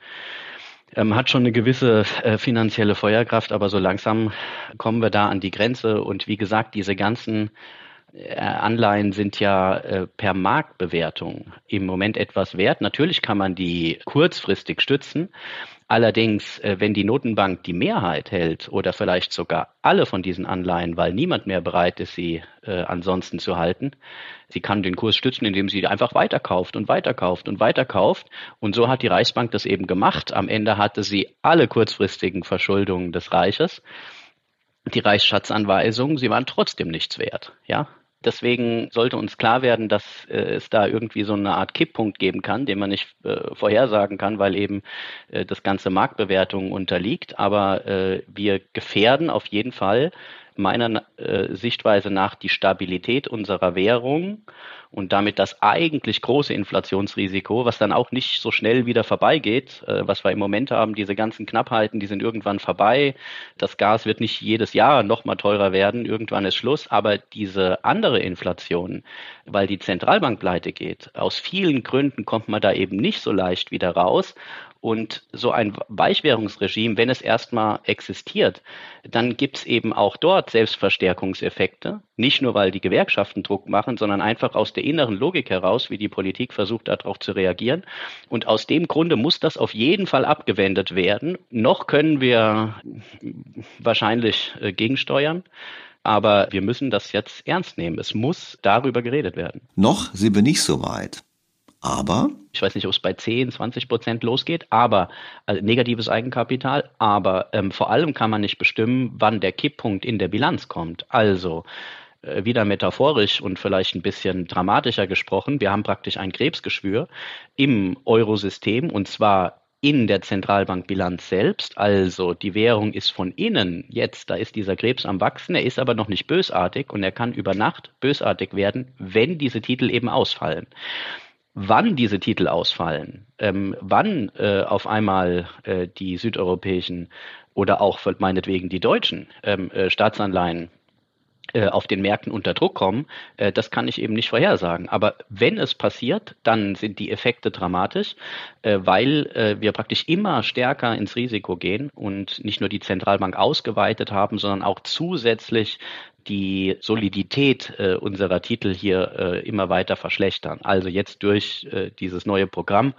ähm, hat schon eine gewisse äh, finanzielle Feuerkraft, aber so langsam kommen wir da an die Grenze. Und wie gesagt, diese ganzen äh, Anleihen sind ja äh, per Marktbewertung im Moment etwas wert. Natürlich kann man die kurzfristig stützen. Allerdings, wenn die Notenbank die Mehrheit hält oder vielleicht sogar alle von diesen Anleihen, weil niemand mehr bereit ist, sie äh, ansonsten zu halten, sie kann den Kurs stützen, indem sie einfach weiterkauft und weiterkauft und weiterkauft. Und so hat die Reichsbank das eben gemacht. Am Ende hatte sie alle kurzfristigen Verschuldungen des Reiches. Die Reichsschatzanweisungen, sie waren trotzdem nichts wert, ja. Deswegen sollte uns klar werden, dass äh, es da irgendwie so eine Art Kipppunkt geben kann, den man nicht äh, vorhersagen kann, weil eben äh, das ganze Marktbewertungen unterliegt. Aber äh, wir gefährden auf jeden Fall meiner äh, Sichtweise nach die Stabilität unserer Währung und damit das eigentlich große Inflationsrisiko, was dann auch nicht so schnell wieder vorbeigeht, äh, was wir im Moment haben. Diese ganzen Knappheiten, die sind irgendwann vorbei. Das Gas wird nicht jedes Jahr noch mal teurer werden. Irgendwann ist Schluss. Aber diese andere Inflation, weil die Zentralbank pleite geht, aus vielen Gründen kommt man da eben nicht so leicht wieder raus. Und so ein Weichwährungsregime, wenn es erstmal existiert, dann gibt es eben auch dort Selbstverstärkungseffekte. Nicht nur, weil die Gewerkschaften Druck machen, sondern einfach aus der inneren Logik heraus, wie die Politik versucht, darauf zu reagieren. Und aus dem Grunde muss das auf jeden Fall abgewendet werden. Noch können wir wahrscheinlich äh, gegensteuern. Aber wir müssen das jetzt ernst nehmen. Es muss darüber geredet werden. Noch sind wir nicht so weit. Aber? Ich weiß nicht, ob es bei zehn, zwanzig Prozent losgeht, aber also negatives Eigenkapital. Aber ähm, vor allem kann man nicht bestimmen, wann der Kipppunkt in der Bilanz kommt. Also äh, wieder metaphorisch und vielleicht ein bisschen dramatischer gesprochen. Wir haben praktisch ein Krebsgeschwür im Eurosystem und zwar in der Zentralbankbilanz selbst, also die Währung ist von innen jetzt, da ist dieser Krebs am Wachsen, er ist aber noch nicht bösartig und er kann über Nacht bösartig werden, wenn diese Titel eben ausfallen. Wann diese Titel ausfallen, ähm, wann äh, auf einmal äh, die südeuropäischen oder auch meinetwegen die deutschen ähm, äh, Staatsanleihen äh, auf den Märkten unter Druck kommen, äh, das kann ich eben nicht vorhersagen. Aber wenn es passiert, dann sind die Effekte dramatisch, äh, weil äh, wir praktisch immer stärker ins Risiko gehen und nicht nur die Zentralbank ausgeweitet haben, sondern auch zusätzlich die Solidität äh, unserer Titel hier äh, immer weiter verschlechtern. Also jetzt durch äh, dieses neue Programm,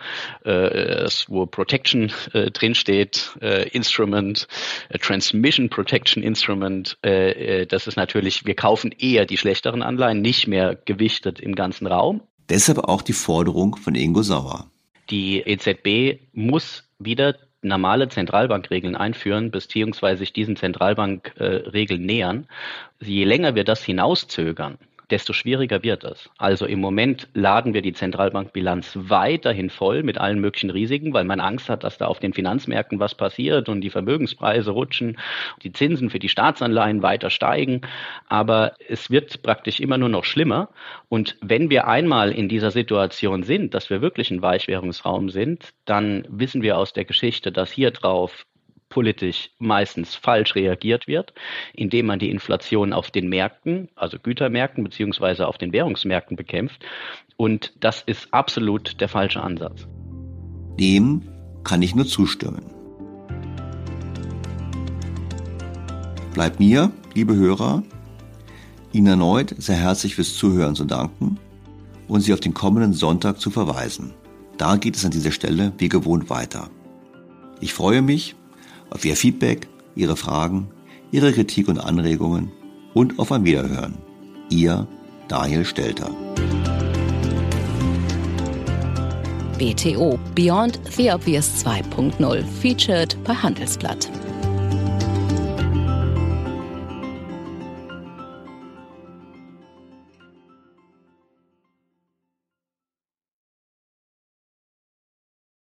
äh, wo Protection äh, drinsteht, äh, Instrument, äh, Transmission Protection Instrument, äh, äh, das ist natürlich, wir kaufen eher die schlechteren Anleihen, nicht mehr gewichtet im ganzen Raum. Deshalb auch die Forderung von Ingo Sauer. Die E Z B muss wieder normale Zentralbankregeln einführen, beziehungsweise sich diesen Zentralbankregeln äh, nähern. Je länger wir das hinauszögern, desto schwieriger wird es. Also im Moment laden wir die Zentralbankbilanz weiterhin voll mit allen möglichen Risiken, weil man Angst hat, dass da auf den Finanzmärkten was passiert und die Vermögenspreise rutschen, die Zinsen für die Staatsanleihen weiter steigen. Aber es wird praktisch immer nur noch schlimmer. Und wenn wir einmal in dieser Situation sind, dass wir wirklich ein Weichwährungsraum sind, dann wissen wir aus der Geschichte, dass hier drauf politisch meistens falsch reagiert wird, indem man die Inflation auf den Märkten, also Gütermärkten beziehungsweise auf den Währungsmärkten bekämpft. Und das ist absolut der falsche Ansatz. Dem kann ich nur zustimmen. Bleibt mir, liebe Hörer, Ihnen erneut sehr herzlich fürs Zuhören zu danken und Sie auf den kommenden Sonntag zu verweisen. Da geht es an dieser Stelle wie gewohnt weiter. Ich freue mich auf Ihr Feedback, Ihre Fragen, Ihre Kritik und Anregungen und auf ein Wiederhören. Ihr Daniel Stelter. B T O Beyond the Obvious zwei Punkt null, featured bei Handelsblatt.